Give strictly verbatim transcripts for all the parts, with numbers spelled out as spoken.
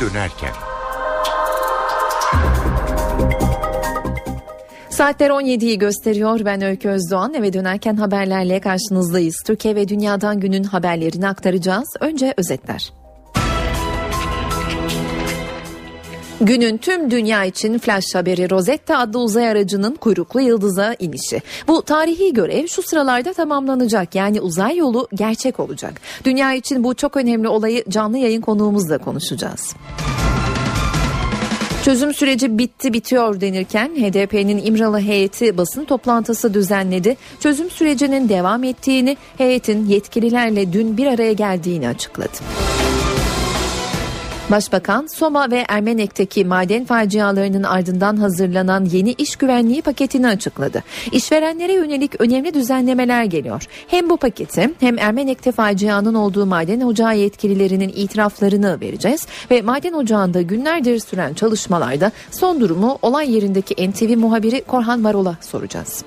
dönerken. Saatler on yediyi gösteriyor. Ben Öykü Özdoğan. Eve dönerken haberlerle karşınızdayız. Türkiye ve dünyadan günün haberlerini aktaracağız. Önce özetler. Günün tüm dünya için flash haberi Rosetta adlı uzay aracının kuyruklu yıldıza inişi. Bu tarihi görev şu sıralarda tamamlanacak. Yani uzay yolu gerçek olacak. Dünya için bu çok önemli olayı canlı yayın konuğumuzla konuşacağız. Çözüm süreci bitti bitiyor denirken H D P'nin İmralı heyeti basın toplantısı düzenledi. Çözüm sürecinin devam ettiğini, heyetin yetkililerle dün bir araya geldiğini açıkladı. Başbakan, Soma ve Ermenek'teki maden facialarının ardından hazırlanan yeni iş güvenliği paketini açıkladı. İşverenlere yönelik önemli düzenlemeler geliyor. Hem bu paketi hem Ermenek'te facianın olduğu maden ocağı yetkililerinin itiraflarını vereceğiz ve maden ocağında günlerdir süren çalışmalarda son durumu olay yerindeki N T V muhabiri Korhan Varol'a soracağız.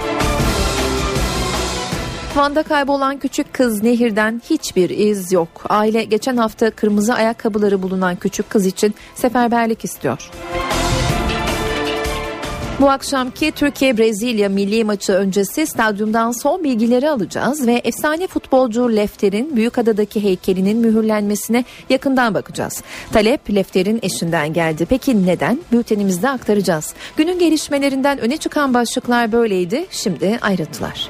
Van'da kaybolan küçük kız Nehir'den hiçbir iz yok. Aile geçen hafta kırmızı ayakkabıları bulunan küçük kız için seferberlik istiyor. Bu akşamki Türkiye-Brezilya milli maçı öncesi stadyumdan son bilgileri alacağız ve efsane futbolcu Lefter'in Büyükada'daki heykelinin mühürlenmesine yakından bakacağız. Talep Lefter'in eşinden geldi. Peki neden? Bültenimizde aktaracağız. Günün gelişmelerinden öne çıkan başlıklar böyleydi. Şimdi ayrıntılar.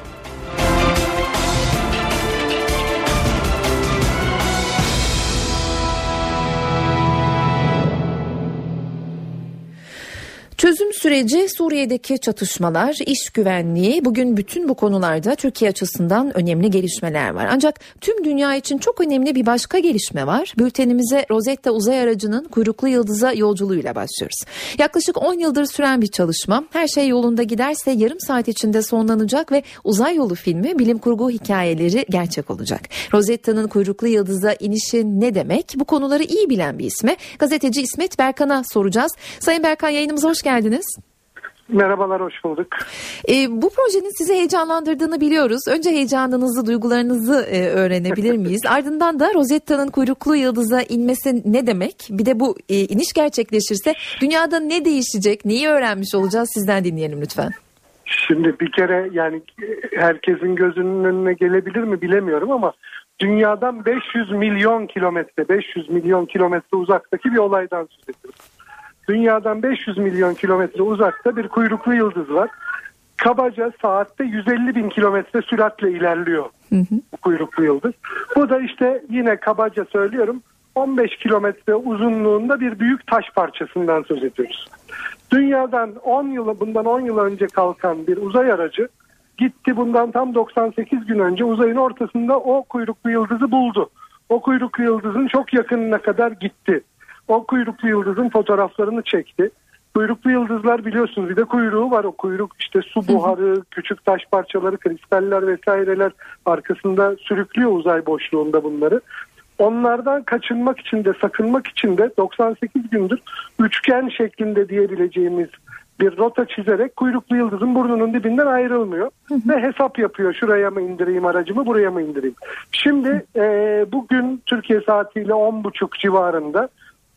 Çözüm süreci, Suriye'deki çatışmalar, iş güvenliği, bugün bütün bu konularda Türkiye açısından önemli gelişmeler var. Ancak tüm dünya için çok önemli bir başka gelişme var. Bültenimize Rosetta uzay aracının kuyruklu yıldıza yolculuğuyla başlıyoruz. Yaklaşık on yıldır süren bir çalışma. Her şey yolunda giderse yarım saat içinde sonlanacak ve Uzay Yolu filmi bilim kurgu hikayeleri gerçek olacak. Rosetta'nın kuyruklu yıldıza inişi ne demek? Bu konuları iyi bilen bir isme gazeteci İsmet Berkan'a soracağız. Sayın Berkan, yayınımıza hoş geldiniz. Merhabalar, hoş bulduk. E, bu projenin sizi heyecanlandırdığını biliyoruz. Önce heyecanınızı, duygularınızı e, öğrenebilir miyiz? Ardından da Rosetta'nın kuyruklu yıldıza inmesi ne demek? Bir de bu e, iniş gerçekleşirse dünyada ne değişecek, neyi öğrenmiş olacağız? Sizden dinleyelim lütfen. Şimdi bir kere yani herkesin gözünün önüne gelebilir mi bilemiyorum ama dünyadan beş yüz milyon kilometre, beş yüz milyon kilometre uzaktaki bir olaydan söz ediyoruz. Dünyadan beş yüz milyon kilometre uzakta bir kuyruklu yıldız var. Kabaca saatte yüz elli bin kilometre süratle ilerliyor hı hı. bu kuyruklu yıldız. Bu da işte yine kabaca söylüyorum on beş kilometre uzunluğunda bir büyük taş parçasından söz ediyoruz. Dünyadan on yıl, bundan on yıl önce kalkan bir uzay aracı gitti, bundan tam doksan sekiz gün önce uzayın ortasında o kuyruklu yıldızı buldu. O kuyruklu yıldızın çok yakınına kadar gitti. O kuyruklu yıldızın fotoğraflarını çekti. Kuyruklu yıldızlar biliyorsunuz bir de kuyruğu var. O kuyruk işte su buharı, küçük taş parçaları, kristaller vesaireler arkasında sürüklüyor uzay boşluğunda bunları. Onlardan kaçınmak için de sakınmak için de doksan sekiz gündür üçgen şeklinde diyebileceğimiz bir rota çizerek kuyruklu yıldızın burnunun dibinden ayrılmıyor. Hı hı. Ve hesap yapıyor. Şuraya mı indireyim aracımı, buraya mı indireyim? Şimdi e, bugün Türkiye saatiyle on buçuk civarında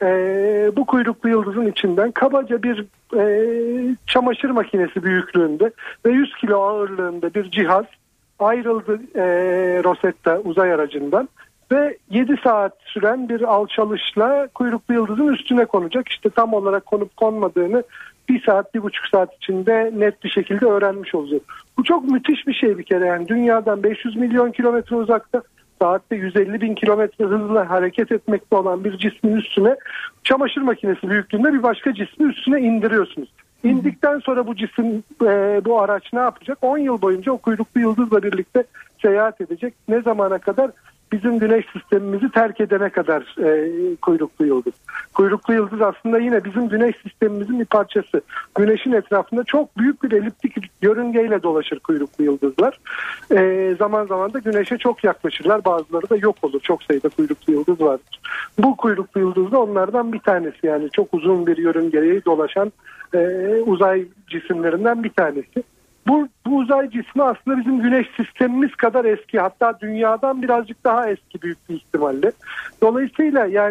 Ee, bu kuyruklu yıldızın içinden kabaca bir e, çamaşır makinesi büyüklüğünde ve yüz kilo ağırlığında bir cihaz ayrıldı e, Rosetta uzay aracından ve yedi saat süren bir alçalışla kuyruklu yıldızın üstüne konacak. İşte tam olarak konup konmadığını bir saat, bir buçuk saat içinde net bir şekilde öğrenmiş olacağız. Bu çok müthiş bir şey bir kere, yani dünyadan beş yüz milyon kilometre uzakta, saatte yüz elli bin kilometre hızla hareket etmekte olan bir cismin üstüne çamaşır makinesi büyüklüğünde bir başka cismi üstüne indiriyorsunuz. İndikten sonra bu cisim, e, bu araç ne yapacak? on yıl boyunca o kuyruklu yıldızla birlikte seyahat edecek. Ne zamana kadar? Bizim güneş sistemimizi terk edene kadar e, kuyruklu yıldız. Kuyruklu yıldız aslında yine bizim güneş sistemimizin bir parçası. Güneşin etrafında çok büyük bir eliptik yörüngeyle dolaşır kuyruklu yıldızlar. E, zaman zaman da güneşe çok yaklaşırlar. Bazıları da yok olur. Çok sayıda kuyruklu yıldız vardır. Bu kuyruklu yıldız da onlardan bir tanesi. Yani çok uzun bir yörüngeyi dolaşan e, uzay cisimlerinden bir tanesi. Bu, bu uzay cismi aslında bizim güneş sistemimiz kadar eski, hatta dünyadan birazcık daha eski büyük bir ihtimalle. Dolayısıyla yani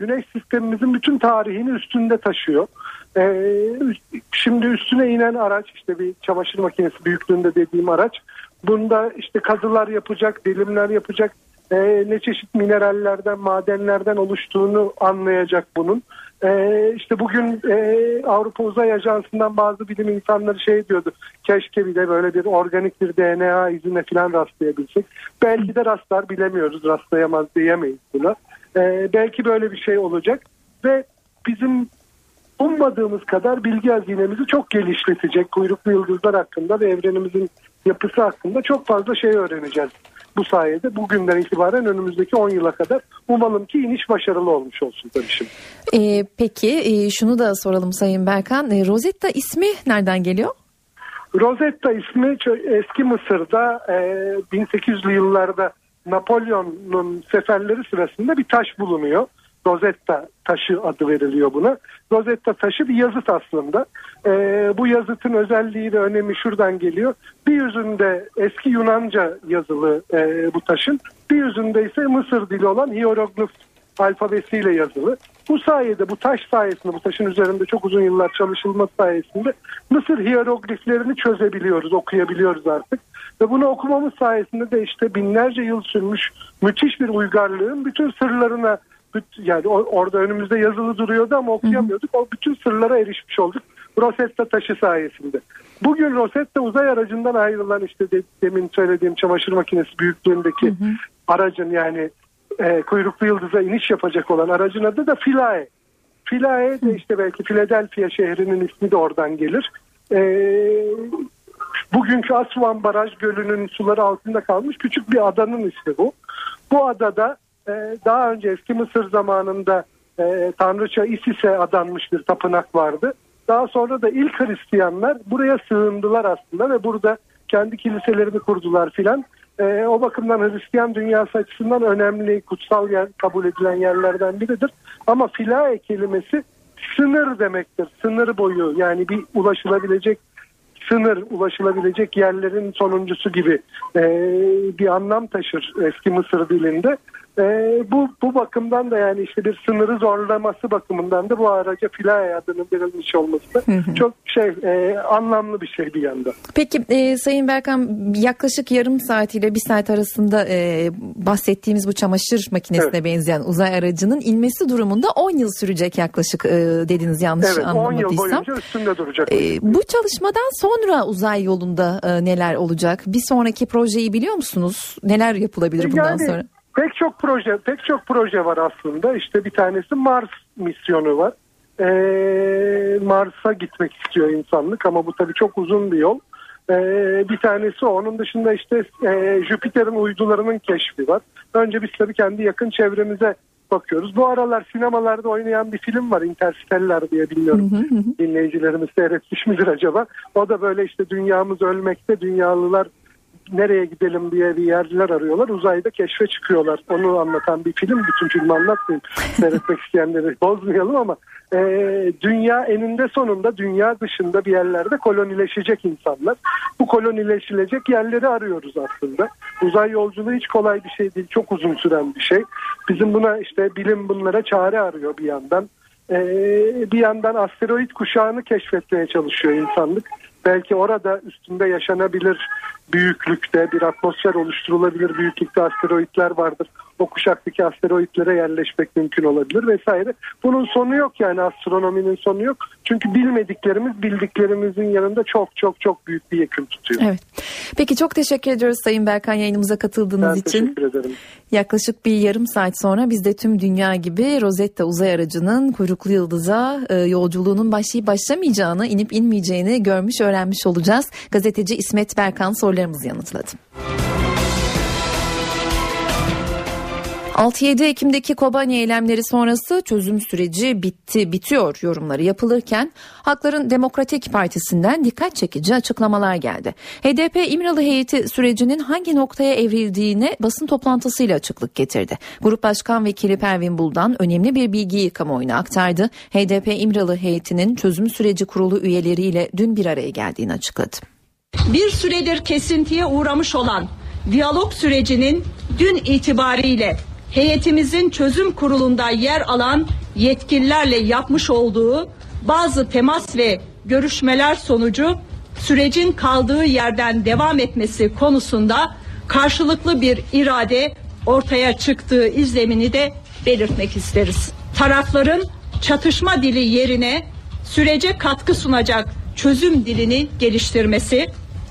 Güneş sistemimizin bütün tarihini üstünde taşıyor. Ee, şimdi üstüne inen araç, işte bir çamaşır makinesi büyüklüğünde dediğim araç, bunda işte kazılar yapacak, dilimler yapacak, ee, ne çeşit minerallerden, madenlerden oluştuğunu anlayacak bunun. Ee, işte bugün e, Avrupa Uzay Ajansı'ndan bazı bilim insanları şey diyordu, keşke bir de böyle bir organik bir D N A izine falan rastlayabilsek. Belki de rastlar, bilemiyoruz, rastlayamaz diyemeyiz buna. Ee, belki böyle bir şey olacak ve bizim ummadığımız kadar bilgi hazinemizi çok genişletecek, kuyruklu yıldızlar hakkında ve evrenimizin yapısı hakkında çok fazla şey öğreneceğiz. Bu sayede bugünden itibaren önümüzdeki on yıla kadar umalım ki iniş başarılı olmuş olsun tabii şimdi. Ee, peki e, şunu da soralım Sayın Berkan. E, Rosetta ismi nereden geliyor? Rosetta ismi eski Mısır'da e, bin sekiz yüzlü yıllarda Napolyon'un seferleri sırasında bir taş bulunuyor. Rosetta taşı adı veriliyor buna. Rosetta taşı bir yazıt aslında. Ee, bu yazıtın özelliği ve önemi şuradan geliyor. Bir yüzünde eski Yunanca yazılı e, bu taşın, bir yüzünde ise Mısır dili olan hieroglif alfabesiyle yazılı. Bu sayede, bu taş sayesinde, bu taşın üzerinde çok uzun yıllar çalışılması sayesinde Mısır hierogliflerini çözebiliyoruz, okuyabiliyoruz artık. Ve bunu okumamız sayesinde de işte binlerce yıl sürmüş müthiş bir uygarlığın bütün sırlarına, yani orada önümüzde yazılı duruyordu ama okuyamıyorduk. O bütün sırlara erişmiş olduk Rosetta taşı sayesinde. Bugün Rosetta uzay aracından ayrılan, işte de, demin söylediğim çamaşır makinesi büyüklüğündeki hı hı. aracın, yani e, kuyruklu yıldıza iniş yapacak olan aracın adı da Philae. Philae de işte belki Philadelphia şehrinin ismi de oradan gelir. E, bugünkü Aswan Baraj Gölü'nün suları altında kalmış küçük bir adanın ismi bu. Bu adada daha önce eski Mısır zamanında e, Tanrıça Isis'e adanmış bir tapınak vardı. Daha sonra da ilk Hristiyanlar buraya sığındılar aslında ve burada kendi kiliselerini kurdular filan. E, o bakımdan Hristiyan dünyası açısından önemli, kutsal yer kabul edilen yerlerden biridir. Ama Philae kelimesi sınır demektir. Sınır boyu, yani bir ulaşılabilecek sınır, ulaşılabilecek yerlerin sonuncusu gibi e, bir anlam taşır eski Mısır dilinde. Ee, bu bu bakımdan da, yani işte bir sınırı zorlaması bakımından da bu araca Philae adının verilmiş olması da çok şey e, anlamlı bir şey bir yanda. Peki e, Sayın Berkan, yaklaşık yarım saat ile bir saat arasında e, bahsettiğimiz bu çamaşır makinesine evet. benzeyen uzay aracının inmesi durumunda on yıl sürecek yaklaşık e, dediniz, yanlış evet, anlamadıysam. on yıl boyunca üstünde duracak. E, bu çalışmadan sonra uzay yolunda e, neler olacak? Bir sonraki projeyi biliyor musunuz? Neler yapılabilir bundan yani, sonra? Pek çok proje, pek çok proje var aslında. İşte bir tanesi Mars misyonu var. Ee, Mars'a gitmek istiyor insanlık ama bu tabii çok uzun bir yol. Ee, bir tanesi o. Onun dışında işte e, Jüpiter'in uydularının keşfi var. Önce biz tabii kendi yakın çevremize bakıyoruz. Bu aralar sinemalarda oynayan bir film var, Interstellar diye, bilmiyorum. Hı hı hı. Dinleyicilerimiz seyretmiş midir acaba? O da böyle işte dünyamız ölmekte, dünyalılar nereye gidelim diye bir yerler arıyorlar. Uzayda keşfe çıkıyorlar. Onu anlatan bir film. Bütün filmi anlatmayayım. Seyretmek isteyenleri bozmayalım ama e, dünya eninde sonunda dünya dışında bir yerlerde kolonileşecek insanlar. Bu kolonileşilecek yerleri arıyoruz aslında. Uzay yolculuğu hiç kolay bir şey değil. Çok uzun süren bir şey. Bizim buna işte bilim bunlara çare arıyor bir yandan. E, bir yandan asteroid kuşağını keşfetmeye çalışıyor insanlık. Belki orada üstünde yaşanabilir büyüklükte bir atmosfer oluşturulabilir büyüklükte asteroidler vardır. O kuşaktaki asteroidlere yerleşmek mümkün olabilir vesaire. Bunun sonu yok, yani astronominin sonu yok. Çünkü bilmediklerimiz bildiklerimizin yanında çok çok çok büyük bir yekün tutuyor. Evet. Peki çok teşekkür ediyoruz Sayın Berkan, yayınımıza katıldığınız ben için. Ben teşekkür ederim. Yaklaşık bir yarım saat sonra biz de tüm dünya gibi Rosetta uzay aracının kuyruklu yıldıza e, yolculuğunun başlayıp başlamayacağını, inip inmeyeceğini görmüş, öğrenmiş olacağız. Gazeteci İsmet Berkan sorularımızı yanıtladı. altı yedi Ekim'deki Kobani eylemleri sonrası çözüm süreci bitti, bitiyor yorumları yapılırken Halkların Demokratik Partisi'nden dikkat çekici açıklamalar geldi. H D P İmralı heyeti sürecinin hangi noktaya evrildiğine basın toplantısıyla açıklık getirdi. Grup Başkan Vekili Pervin Buldan önemli bir bilgiyi kamuoyuna aktardı. H D P İmralı heyetinin çözüm süreci kurulu üyeleriyle dün bir araya geldiğini açıkladı. Bir süredir kesintiye uğramış olan diyalog sürecinin dün itibariyle heyetimizin çözüm kurulunda yer alan yetkililerle yapmış olduğu bazı temas ve görüşmeler sonucu sürecin kaldığı yerden devam etmesi konusunda karşılıklı bir irade ortaya çıktığı izlemini de belirtmek isteriz. Tarafların çatışma dili yerine sürece katkı sunacak çözüm dilini geliştirmesi,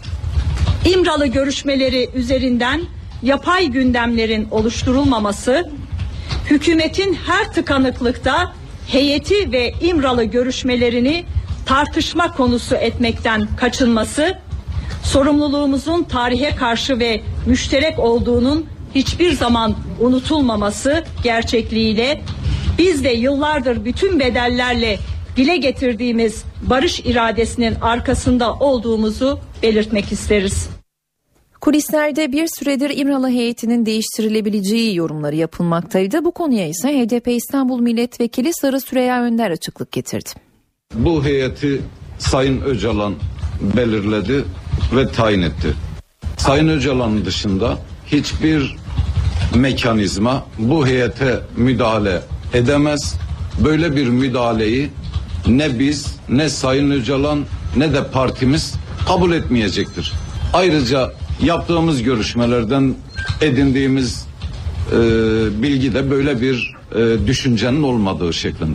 İmralı görüşmeleri üzerinden yapay gündemlerin oluşturulmaması, hükümetin her tıkanıklıkta heyeti ve İmralı görüşmelerini tartışma konusu etmekten kaçınması, sorumluluğumuzun tarihe karşı ve müşterek olduğunun hiçbir zaman unutulmaması gerçekliğiyle biz de yıllardır bütün bedellerle dile getirdiğimiz barış iradesinin arkasında olduğumuzu belirtmek isteriz. Kulislerde bir süredir İmralı heyetinin değiştirilebileceği yorumları yapılmaktaydı. Bu konuya ise H D P İstanbul Milletvekili Sarı Süreyya Önder açıklık getirdi. Bu heyeti Sayın Öcalan belirledi ve tayin etti. Sayın Öcalan'ın dışında hiçbir mekanizma bu heyete müdahale edemez. Böyle bir müdahaleyi ne biz, ne Sayın Öcalan, ne de partimiz kabul etmeyecektir. Ayrıca yaptığımız görüşmelerden edindiğimiz e, bilgi de böyle bir e, düşüncenin olmadığı şeklinde.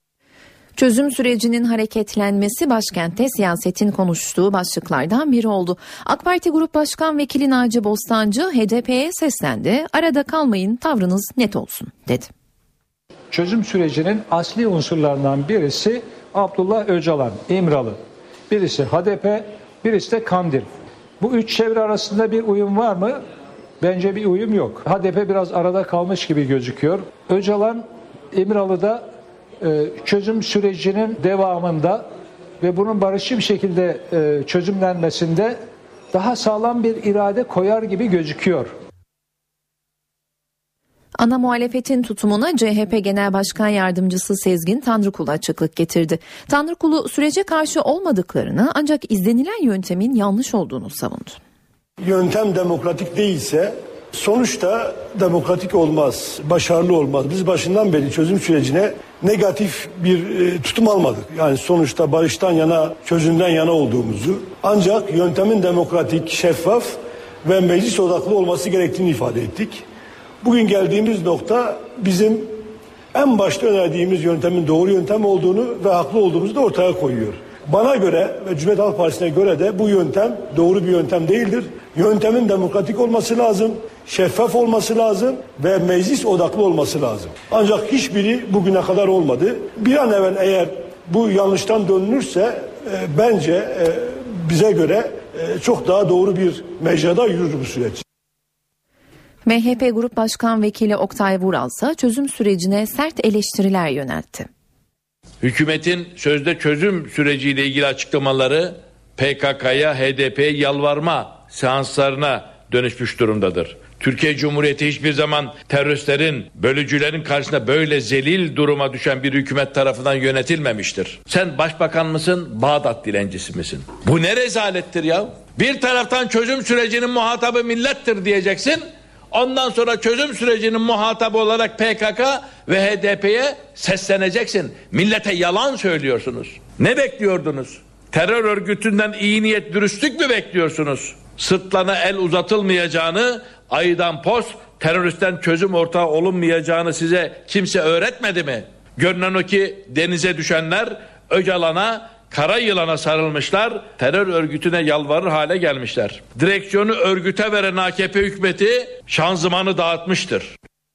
Çözüm sürecinin hareketlenmesi başkentte siyasetin konuştuğu başlıklardan biri oldu. AK Parti Grup Başkan Vekili Naci Bostancı H D P'ye seslendi. Arada kalmayın, tavrınız net olsun dedi. Çözüm sürecinin asli unsurlarından birisi Abdullah Öcalan, İmralı. Birisi H D P, birisi de Kandil. Bu üç çevre arasında bir uyum var mı? Bence bir uyum yok. H D P biraz arada kalmış gibi gözüküyor. Öcalan, İmralı'da çözüm sürecinin devamında ve bunun barışçı bir şekilde çözümlenmesinde daha sağlam bir irade koyar gibi gözüküyor. Ana muhalefetin tutumuna C H P Genel Başkan Yardımcısı Sezgin Tanrıkulu açıklık getirdi. Tanrıkulu sürece karşı olmadıklarını ancak izlenilen yöntemin yanlış olduğunu savundu. Yöntem demokratik değilse sonuçta demokratik olmaz, başarılı olmaz. Biz başından beri çözüm sürecine negatif bir e, tutum almadık. Yani sonuçta barıştan yana, çözümden yana olduğumuzu, ancak yöntemin demokratik, şeffaf ve meclis odaklı olması gerektiğini ifade ettik. Bugün geldiğimiz nokta bizim en başta önerdiğimiz yöntemin doğru yöntem olduğunu ve haklı olduğumuzu da ortaya koyuyor. Bana göre ve Cumhuriyet Halk Partisi'ne göre de bu yöntem doğru bir yöntem değildir. Yöntemin demokratik olması lazım, şeffaf olması lazım ve meclis odaklı olması lazım. Ancak hiçbiri bugüne kadar olmadı. Bir an evvel eğer bu yanlıştan dönülürse e, bence e, bize göre e, çok daha doğru bir mecrada yürür bu süreç. M H P Grup Başkan Vekili Oktay Vural ise çözüm sürecine sert eleştiriler yöneltti. Hükümetin sözde çözüm süreciyle ilgili açıklamaları P K K'ya, H D P'ye yalvarma seanslarına dönüşmüş durumdadır. Türkiye Cumhuriyeti hiçbir zaman teröristlerin, bölücülerin karşısında böyle zelil duruma düşen bir hükümet tarafından yönetilmemiştir. Sen başbakan mısın, Bağdat dilencisi misin? Bu ne rezalettir ya? Bir taraftan çözüm sürecinin muhatabı millettir diyeceksin. Ondan sonra çözüm sürecinin muhatabı olarak P K K ve H D P'ye sesleneceksin. Millete yalan söylüyorsunuz. Ne bekliyordunuz? Terör örgütünden iyi niyet, dürüstlük mü bekliyorsunuz? Sırtlarına el uzatılmayacağını, ayıdan poz, teröristten çözüm ortağı olunmayacağını size kimse öğretmedi mi? Görünen o ki denize düşenler Öcalan'a, kara yılana sarılmışlar, terör örgütüne yalvarır hale gelmişler. Direksiyonu örgüte veren A K P hükümeti şanzımanı dağıtmıştır.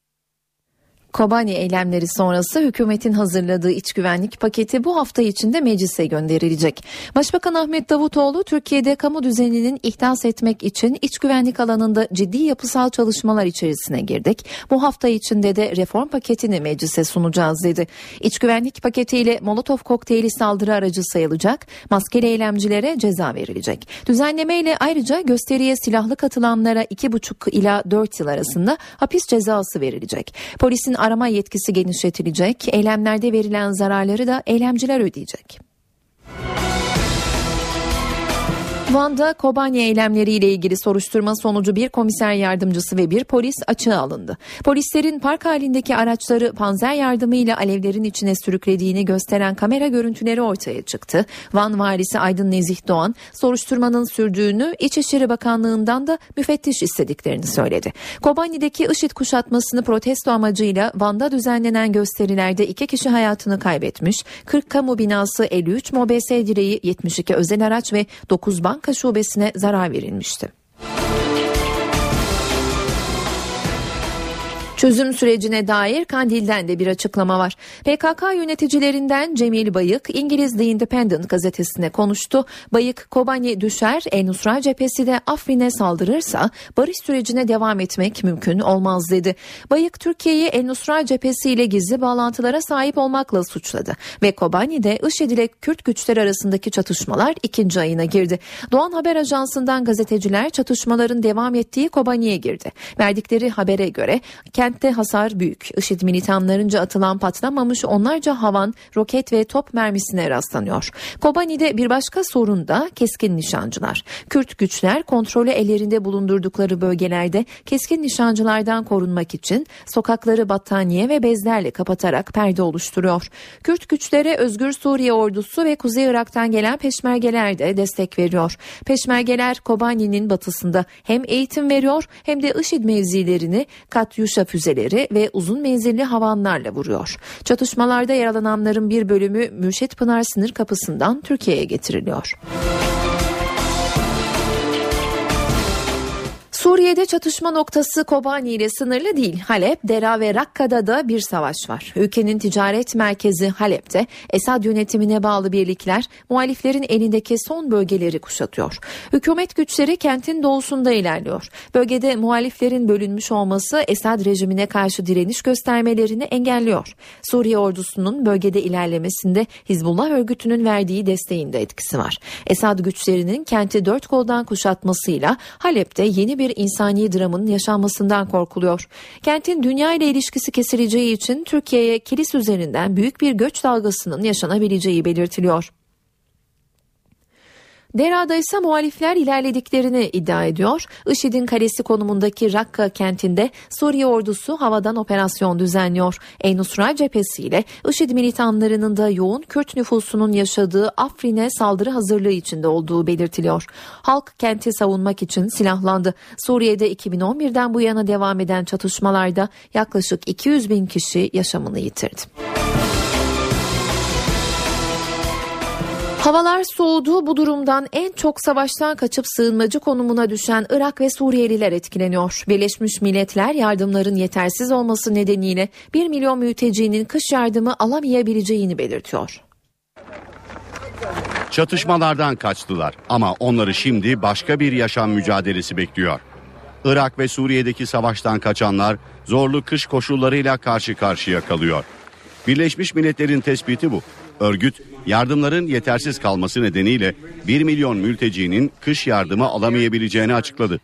Kobani eylemleri sonrası hükümetin hazırladığı iç güvenlik paketi bu hafta içinde meclise gönderilecek. Başbakan Ahmet Davutoğlu Türkiye'de kamu düzeninin ihdas etmek için iç güvenlik alanında ciddi yapısal çalışmalar içerisine girdik. Bu hafta içinde de reform paketini meclise sunacağız dedi. İç güvenlik paketiyle Molotov kokteyli saldırı aracı sayılacak, maskeli eylemcilere ceza verilecek. Düzenlemeyle ayrıca gösteriye silahlı katılanlara iki buçuk ila dört yıl arasında hapis cezası verilecek. Polisin arama yetkisi genişletilecek, eylemlerde verilen zararları da eylemciler ödeyecek. Van'da Kobani eylemleriyle ilgili soruşturma sonucu bir komiser yardımcısı ve bir polis açığa alındı. Polislerin park halindeki araçları panzer yardımıyla alevlerin içine sürüklediğini gösteren kamera görüntüleri ortaya çıktı. Van valisi Aydın Nezih Doğan soruşturmanın sürdüğünü, İçişleri Bakanlığı'ndan da müfettiş istediklerini söyledi. Kobani'deki IŞİD kuşatmasını protesto amacıyla Van'da düzenlenen gösterilerde iki kişi hayatını kaybetmiş, kırk kamu binası, elli üç M O B S direği, yetmiş iki özel araç ve dokuz banka şubesine zarar verilmişti. Çözüm sürecine dair Kandil'den de bir açıklama var. P K K yöneticilerinden Cemil Bayık, İngiliz The Independent gazetesine konuştu. Bayık, Kobani düşer, El-Nusra cephesi de Afrin'e saldırırsa barış sürecine devam etmek mümkün olmaz dedi. Bayık, Türkiye'yi El-Nusra cephesi ile gizli bağlantılara sahip olmakla suçladı. Ve Kobani'de IŞİD ile Kürt güçler arasındaki çatışmalar ikinci ayına girdi. Doğan Haber Ajansı'ndan gazeteciler çatışmaların devam ettiği Kobani'ye girdi. Verdikleri habere göre kentte hasar büyük. IŞİD militanlarınca atılan patlamamış onlarca havan, roket ve top mermisine rastlanıyor. Kobani'de bir başka sorun da keskin nişancılar. Kürt güçler kontrolü ellerinde bulundurdukları bölgelerde keskin nişancılardan korunmak için sokakları battaniye ve bezlerle kapatarak perde oluşturuyor. Kürt güçlere Özgür Suriye ordusu ve Kuzey Irak'tan gelen peşmergeler de destek veriyor. Peşmergeler Kobani'nin batısında hem eğitim veriyor hem de IŞİD mevzilerini Katyusha füzeleri ve uzun menzilli havanlarla vuruyor. Çatışmalarda yaralananların bir bölümü Mürşit Pınar sınır kapısından Türkiye'ye getiriliyor. Suriye'de çatışma noktası Kobani ile sınırlı değil. Halep, Dera ve Rakka'da da bir savaş var. Ülkenin ticaret merkezi Halep'te Esad yönetimine bağlı birlikler muhaliflerin elindeki son bölgeleri kuşatıyor. Hükümet güçleri kentin doğusunda ilerliyor. Bölgede muhaliflerin bölünmüş olması Esad rejimine karşı direniş göstermelerini engelliyor. Suriye ordusunun bölgede ilerlemesinde Hizbullah örgütünün verdiği desteğin de etkisi var. Esad güçlerinin kenti dört koldan kuşatmasıyla Halep'te yeni bir insani dramın yaşanmasından korkuluyor. Kentin dünya ile ilişkisi kesileceği için Türkiye'ye Kilis üzerinden büyük bir göç dalgasının yaşanabileceği belirtiliyor. Dera'da ise muhalifler ilerlediklerini iddia ediyor. IŞİD'in kalesi konumundaki Rakka kentinde Suriye ordusu havadan operasyon düzenliyor. El-Nusra cephesiyle IŞİD militanlarının da yoğun Kürt nüfusunun yaşadığı Afrin'e saldırı hazırlığı içinde olduğu belirtiliyor. Halk kenti savunmak için silahlandı. Suriye'de iki bin on birden bu yana devam eden çatışmalarda yaklaşık iki yüz bin kişi yaşamını yitirdi. Havalar soğudu. Bu durumdan en çok savaştan kaçıp sığınmacı konumuna düşen Irak ve Suriyeliler etkileniyor. Birleşmiş Milletler yardımların yetersiz olması nedeniyle bir milyon mültecinin kış yardımı alamayabileceğini belirtiyor. Çatışmalardan kaçtılar ama onları şimdi başka bir yaşam mücadelesi bekliyor. Irak ve Suriye'deki savaştan kaçanlar zorlu kış koşullarıyla karşı karşıya kalıyor. Birleşmiş Milletler'in tespiti bu. Örgüt, yardımların yetersiz kalması nedeniyle bir milyon mültecinin kış yardımı alamayabileceğini açıkladı.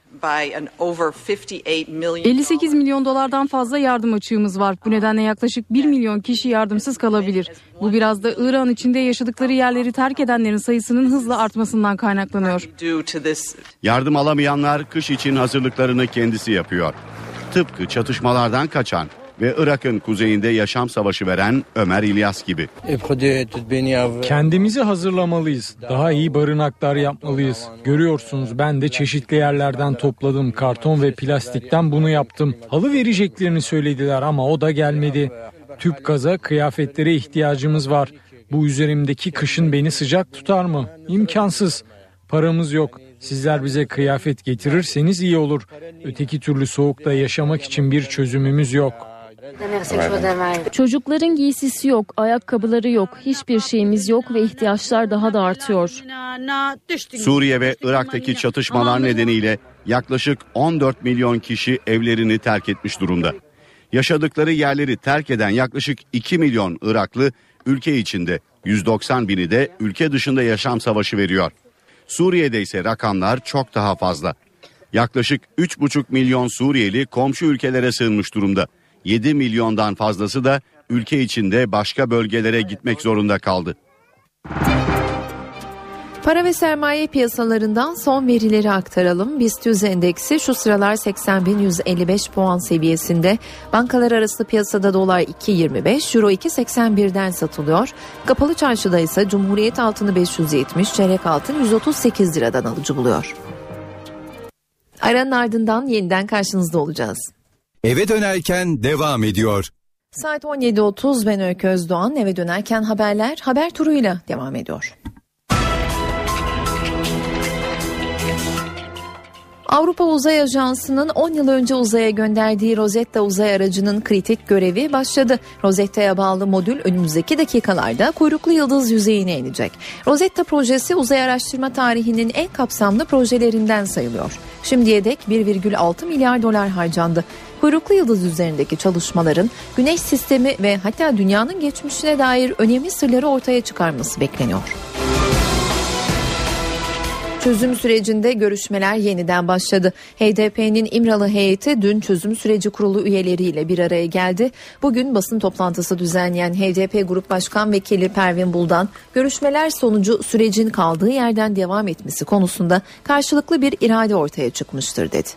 elli sekiz milyon dolardan fazla yardım açığımız var. Bu nedenle yaklaşık bir milyon kişi yardımsız kalabilir. Bu biraz da İran içinde yaşadıkları yerleri terk edenlerin sayısının hızla artmasından kaynaklanıyor. Yardım alamayanlar kış için hazırlıklarını kendisi yapıyor. Tıpkı çatışmalardan kaçan ve Irak'ın kuzeyinde yaşam savaşı veren Ömer İlyas gibi. Kendimizi hazırlamalıyız. Daha iyi barınaklar yapmalıyız. Görüyorsunuz, ben de çeşitli yerlerden topladım. Karton ve plastikten bunu yaptım. Halı vereceklerini söylediler ama o da gelmedi. Tüp gaza, kıyafetlere ihtiyacımız var. Bu üzerimdeki kışın beni sıcak tutar mı? İmkansız. Paramız yok. Sizler bize kıyafet getirirseniz iyi olur. Öteki türlü soğukta yaşamak için bir çözümümüz yok. Çocukların giysisi yok, ayakkabıları yok, hiçbir şeyimiz yok ve ihtiyaçlar daha da artıyor. Suriye ve Irak'taki çatışmalar nedeniyle yaklaşık on dört milyon kişi evlerini terk etmiş durumda. Yaşadıkları yerleri terk eden yaklaşık iki milyon Iraklı ülke içinde, yüz doksan bini de ülke dışında yaşam savaşı veriyor. Suriye'de ise rakamlar çok daha fazla. Yaklaşık üç buçuk milyon Suriyeli komşu ülkelere sığınmış durumda. yedi milyondan fazlası da ülke içinde başka bölgelere gitmek zorunda kaldı. Para ve sermaye piyasalarından son verileri aktaralım. BIST yüz endeksi şu sıralar seksen bin yüz elli beş puan seviyesinde. Bankalar arası piyasada dolar iki yirmi beş, euro iki seksen birden satılıyor. Kapalı çarşıda ise Cumhuriyet altını beş yüz yetmiş, çeyrek altın yüz otuz sekiz liradan alıcı buluyor. Aranın ardından yeniden karşınızda olacağız. Eve dönerken devam ediyor. Saat on yedi otuz, ben Öykü Özdoğan. Eve dönerken haberler haber turuyla devam ediyor. Avrupa Uzay Ajansı'nın on yıl önce uzaya gönderdiği Rosetta uzay aracının kritik görevi başladı. Rosetta'ya bağlı modül önümüzdeki dakikalarda kuyruklu yıldız yüzeyine inecek. Rosetta projesi uzay araştırma tarihinin en kapsamlı projelerinden sayılıyor. Şimdiye dek bir virgül altı milyar dolar harcandı. Kuyruklu yıldız üzerindeki çalışmaların Güneş sistemi ve hatta dünyanın geçmişine dair önemli sırları ortaya çıkarması bekleniyor. Çözüm sürecinde görüşmeler yeniden başladı. H D P'nin İmralı heyeti dün çözüm süreci kurulu üyeleriyle bir araya geldi. Bugün basın toplantısı düzenleyen H D P Grup Başkan Vekili Pervin Buldan, görüşmeler sonucu sürecin kaldığı yerden devam etmesi konusunda karşılıklı bir irade ortaya çıkmıştır dedi.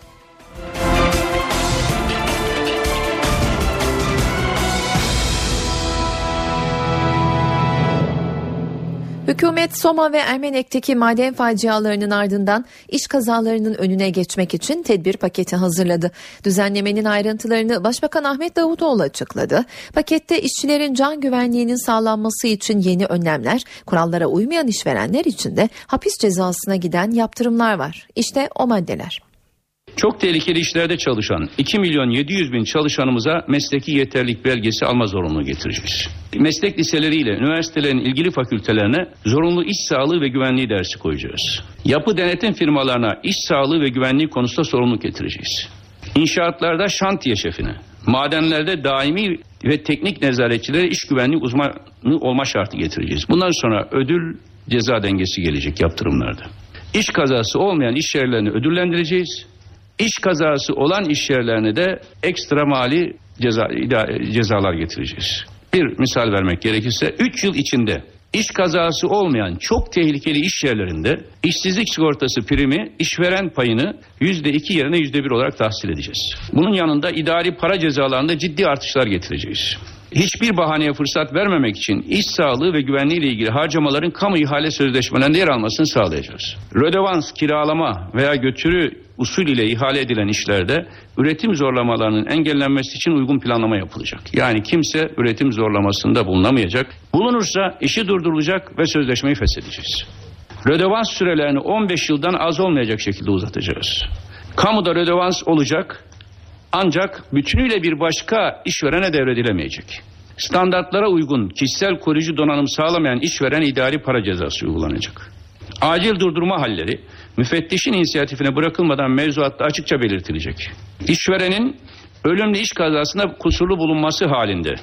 Hükümet Soma ve Ermenek'teki maden facialarının ardından iş kazalarının önüne geçmek için tedbir paketi hazırladı. Düzenlemenin ayrıntılarını Başbakan Ahmet Davutoğlu açıkladı. Pakette işçilerin can güvenliğinin sağlanması için yeni önlemler, kurallara uymayan işverenler için de hapis cezasına giden yaptırımlar var. İşte o maddeler. Çok tehlikeli işlerde çalışan iki milyon yedi yüz bin çalışanımıza mesleki yeterlilik belgesi alma zorunluluğu getireceğiz. Meslek liseleriyle üniversitelerin ilgili fakültelerine zorunlu iş sağlığı ve güvenliği dersi koyacağız. Yapı denetim firmalarına iş sağlığı ve güvenliği konusunda sorumluluk getireceğiz. İnşaatlarda şantiye şefine, madenlerde daimi ve teknik nezaretçilere iş güvenliği uzmanı olma şartı getireceğiz. Bundan sonra ödül ceza dengesi gelecek yaptırımlarda. İş kazası olmayan iş yerlerini ödüllendireceğiz. İş kazası olan iş yerlerine de ekstra mali ceza, cezalar getireceğiz. Bir misal vermek gerekirse üç yıl içinde iş kazası olmayan çok tehlikeli iş yerlerinde işsizlik sigortası primi işveren payını yüzde iki yerine yüzde bir olarak tahsil edeceğiz. Bunun yanında idari para cezalarında ciddi artışlar getireceğiz. Hiçbir bahaneye fırsat vermemek için iş sağlığı ve güvenliği ile ilgili harcamaların kamu ihale sözleşmelerinde yer almasını sağlayacağız. Rödevans, kiralama veya götürü usul ile ihale edilen işlerde üretim zorlamalarının engellenmesi için uygun planlama yapılacak. Yani kimse üretim zorlamasında bulunamayacak. Bulunursa işi durdurulacak ve sözleşmeyi feshedeceğiz. Rödevans sürelerini on beş yıldan az olmayacak şekilde uzatacağız. Kamuda rödevans olacak ancak bütünüyle bir başka işverene devredilemeyecek. Standartlara uygun kişisel koruyucu donanım sağlamayan işveren idari para cezası uygulanacak. Acil durdurma halleri müfettişin inisiyatifine bırakılmadan mevzuatta açıkça belirtilecek. İşverenin ölümlü iş kazasında kusurlu bulunması halinde,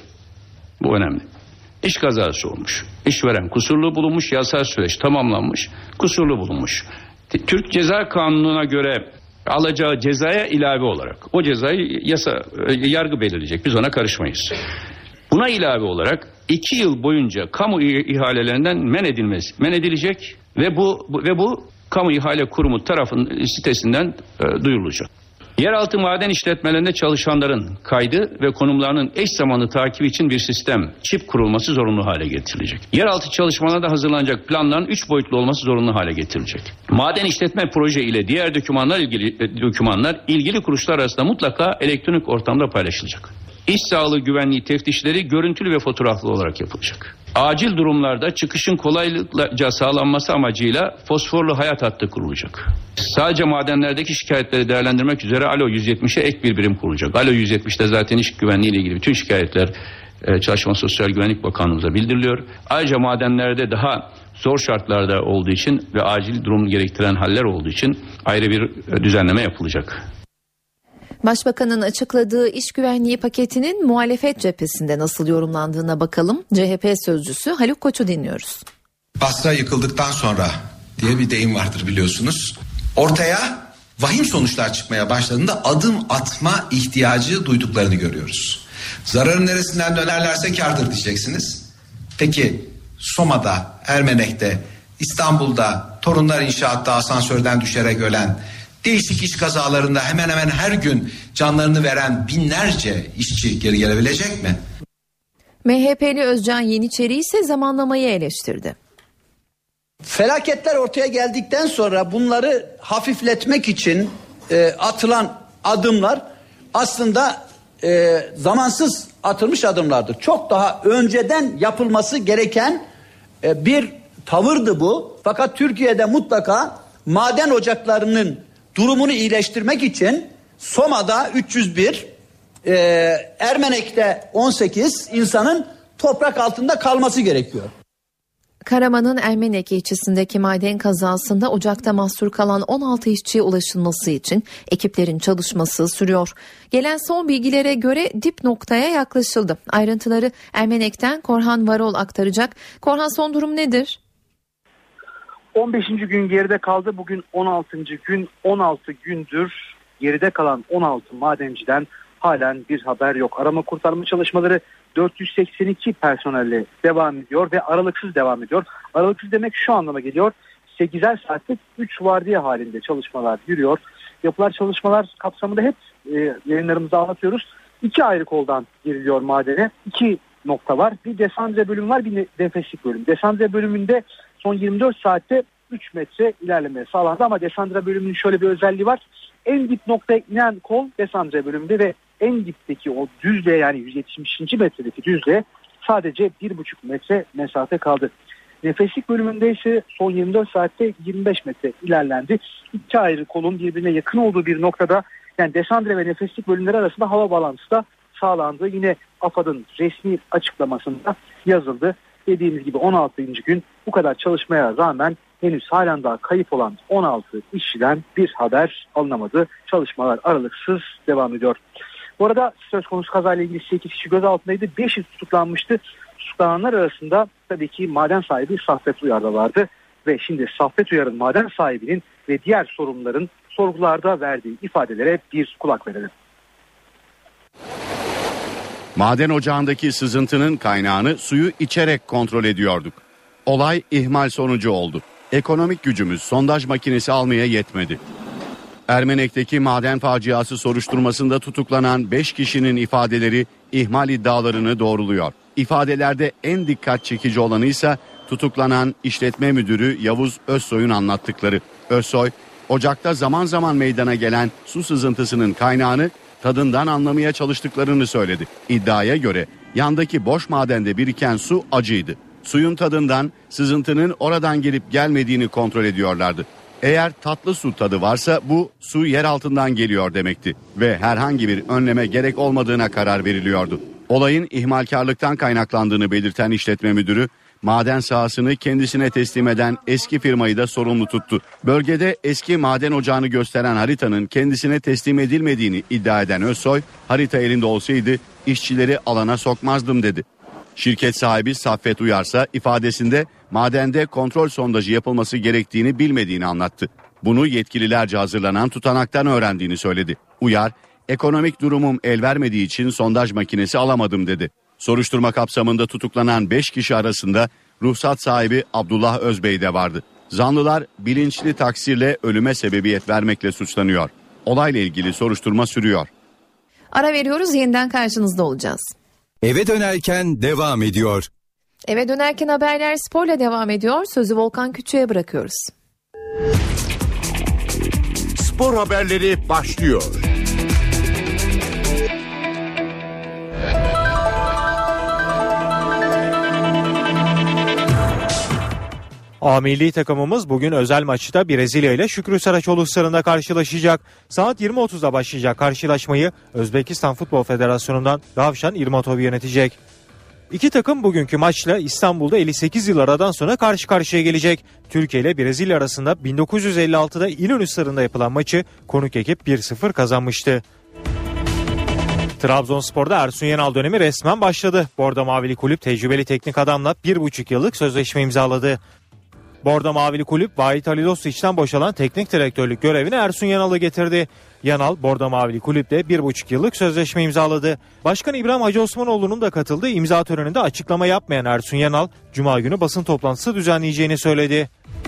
bu önemli. İş kazası olmuş. İşveren kusurlu bulunmuş, yasal süreç tamamlanmış, kusurlu bulunmuş. Türk Ceza Kanunu'na göre alacağı cezaya ilave olarak o cezayı yasa yargı belirleyecek. Biz ona karışmayız. Buna ilave olarak iki yıl boyunca kamu ihalelerinden men edilmesi, men edilecek ve bu ve bu kamu ihale kurumu tarafının sitesinden e, duyurulacak. Yeraltı maden işletmelerinde çalışanların kaydı ve konumlarının eş zamanlı takibi için bir sistem, çip kurulması zorunlu hale getirilecek. Yeraltı çalışmalarda hazırlanacak planların üç boyutlu olması zorunlu hale getirilecek. Maden işletme proje ile diğer dokümanlar ilgili dokümanlar ilgili kuruluşlar arasında mutlaka elektronik ortamda paylaşılacak. İş sağlığı güvenliği teftişleri görüntülü ve fotoğraflı olarak yapılacak. Acil durumlarda çıkışın kolaylıkla sağlanması amacıyla fosforlu hayat hattı kurulacak. Sadece madenlerdeki şikayetleri değerlendirmek üzere Alo yüz yetmişe ek bir birim kurulacak. Alo yüz yetmişte zaten iş güvenliği ile ilgili bütün şikayetler Çalışma Sosyal Güvenlik Bakanlığımıza bildiriliyor. Ayrıca madenlerde daha zor şartlarda olduğu için ve acil durum gerektiren haller olduğu için ayrı bir düzenleme yapılacak. Başbakanın açıkladığı iş güvenliği paketinin muhalefet cephesinde nasıl yorumlandığına bakalım. C H P sözcüsü Haluk Koç'u dinliyoruz. Basra yıkıldıktan sonra diye bir deyim vardır biliyorsunuz. Ortaya vahim sonuçlar çıkmaya başladığında adım atma ihtiyacı duyduklarını görüyoruz. Zararın neresinden dönerlerse kârdır diyeceksiniz. Peki Soma'da, Ermenek'te İstanbul'da Torunlar İnşaat'ta asansörden düşerek ölen, değişik iş kazalarında hemen hemen her gün canlarını veren binlerce işçi geri gelebilecek mi? M H P'li Özcan Yeniçeri ise zamanlamayı eleştirdi. Felaketler ortaya geldikten sonra bunları hafifletmek için e, atılan adımlar aslında e, zamansız atılmış adımlardır. Çok daha önceden yapılması gereken e, bir tavırdı bu. Fakat Türkiye'de mutlaka maden ocaklarının durumunu iyileştirmek için Soma'da üç yüz bir, e, Ermenek'te on sekiz insanın toprak altında kalması gerekiyor. Karaman'ın Ermenek ilçesindeki maden kazasında ocakta mahsur kalan on altı işçiye ulaşılması için ekiplerin çalışması sürüyor. Gelen son bilgilere göre dip noktaya yaklaşıldı. Ayrıntıları Ermenek'ten Korhan Varol aktaracak. Korhan, son durum nedir? on beşinci gün geride kaldı. Bugün on altıncı gün. on altı gündür geride kalan on altı madenciden halen bir haber yok. Arama kurtarma çalışmaları dört yüz seksen iki personelle devam ediyor ve aralıksız devam ediyor. Aralıksız demek şu anlama geliyor: sekizer saatlik üç vardiya halinde çalışmalar yürüyor. Yapılan çalışmalar kapsamında hep e, yayınlarımızda anlatıyoruz. İki ayrı koldan giriliyor madene. İki nokta var. Bir desandre bölüm var, bir nefeslik bölüm. Desandre bölümünde son yirmi dört saatte üç metre ilerleme sağlandı ama desandre bölümünün şöyle bir özelliği var. En dip noktaya inen kol desandre bölümünde ve en dipteki o düzlüğe, yani yüz yetmişinci metredeki düzlüğe sadece bir buçuk metre mesafe kaldı. Nefeslik bölümünde ise son yirmi dört saatte yirmi beş metre ilerlendi. İki ayrı kolun birbirine yakın olduğu bir noktada, yani desandre ve nefeslik bölümleri arasında hava balansı da sağlandı. Yine AFAD'ın resmi açıklamasında yazıldı. Dediğimiz gibi on altıncı gün bu kadar çalışmaya rağmen henüz halen daha kayıp olan on altı işçiden bir haber alınamadı. Çalışmalar aralıksız devam ediyor. Bu arada söz konusu kazayla ilgili sekiz kişi gözaltındaydı. beşi tutuklanmıştı. Tutuklananlar arasında tabii ki maden sahibi Saffet Uyar da vardı. Ve şimdi Saffet Uyar'ın maden sahibinin ve diğer sorumluların sorgularda verdiği ifadelere bir kulak verelim. Maden ocağındaki sızıntının kaynağını suyu içerek kontrol ediyorduk. Olay ihmal sonucu oldu. Ekonomik gücümüz sondaj makinesi almaya yetmedi. Ermenek'teki maden faciası soruşturmasında tutuklanan beş kişinin ifadeleri ihmal iddialarını doğruluyor. İfadelerde en dikkat çekici olanı ise tutuklanan işletme müdürü Yavuz Özsoy'un anlattıkları. Özsoy, ocakta zaman zaman meydana gelen su sızıntısının kaynağını tadından anlamaya çalıştıklarını söyledi. İddiaya göre yandaki boş madende biriken su acıydı. Suyun tadından sızıntının oradan gelip gelmediğini kontrol ediyorlardı. Eğer tatlı su tadı varsa bu su yer altından geliyor demekti ve herhangi bir önleme gerek olmadığına karar veriliyordu. Olayın ihmalkarlıktan kaynaklandığını belirten işletme müdürü, maden sahasını kendisine teslim eden eski firmayı da sorumlu tuttu. Bölgede eski maden ocağını gösteren haritanın kendisine teslim edilmediğini iddia eden Özsoy, harita elinde olsaydı işçileri alana sokmazdım dedi. Şirket sahibi Saffet Uyarsa ifadesinde madende kontrol sondajı yapılması gerektiğini bilmediğini anlattı. Bunu yetkililerce hazırlanan tutanaktan öğrendiğini söyledi. Uyar, ekonomik durumum el vermediği için sondaj makinesi alamadım dedi. Soruşturma kapsamında tutuklanan beş kişi arasında ruhsat sahibi Abdullah Özbey de vardı. Zanlılar bilinçli taksirle ölüme sebebiyet vermekle suçlanıyor. Olayla ilgili soruşturma sürüyor. Ara veriyoruz, yeniden karşınızda olacağız. Eve dönerken devam ediyor. Eve dönerken haberler sporla devam ediyor. Sözü Volkan Küçük'e bırakıyoruz. Spor haberleri başlıyor. A milli takımımız bugün özel maçta Brezilya ile Şükrü Saraçoğlu stadında karşılaşacak. Saat yirmi otuzda başlayacak karşılaşmayı Özbekistan Futbol Federasyonu'ndan Ravşan İrmatov yönetecek. İki takım bugünkü maçla İstanbul'da elli sekiz yıl aradan sonra karşı karşıya gelecek. Türkiye ile Brezilya arasında bin dokuz yüz elli altıda İnönü Stadı'nda yapılan maçı konuk ekip bir sıfır kazanmıştı. Trabzonspor'da Ersun Yanal dönemi resmen başladı. Bordo Mavili kulüp tecrübeli teknik adamla bir buçuk yıllık sözleşme imzaladı. Bordo Mavili kulüp Vahit Halilosviç'ten boşalan teknik direktörlük görevine Ersun Yanal'ı getirdi. Yanal Bordo Mavili kulüple bir buçuk yıllık sözleşme imzaladı. Başkan İbrahim Hacı Osmanoğlu'nun da katıldığı imza töreninde açıklama yapmayan Ersun Yanal, Cuma günü basın toplantısı düzenleyeceğini söyledi.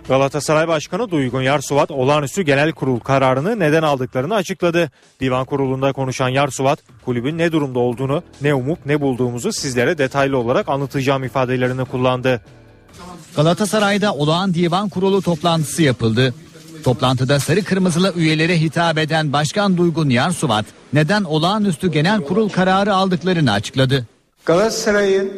Galatasaray Başkanı Duygun Yarsuvat olağanüstü genel kurul kararını neden aldıklarını açıkladı. Divan kurulunda konuşan Yarsuvat, kulübün ne durumda olduğunu, ne umup ne bulduğumuzu sizlere detaylı olarak anlatacağım ifadelerini kullandı. Galatasaray'da olağan divan kurulu toplantısı yapıldı. Toplantıda sarı kırmızılı üyelere hitap eden Başkan Duygun Yarsuvat neden olağanüstü genel kurul kararı aldıklarını açıkladı. Galatasaray'ın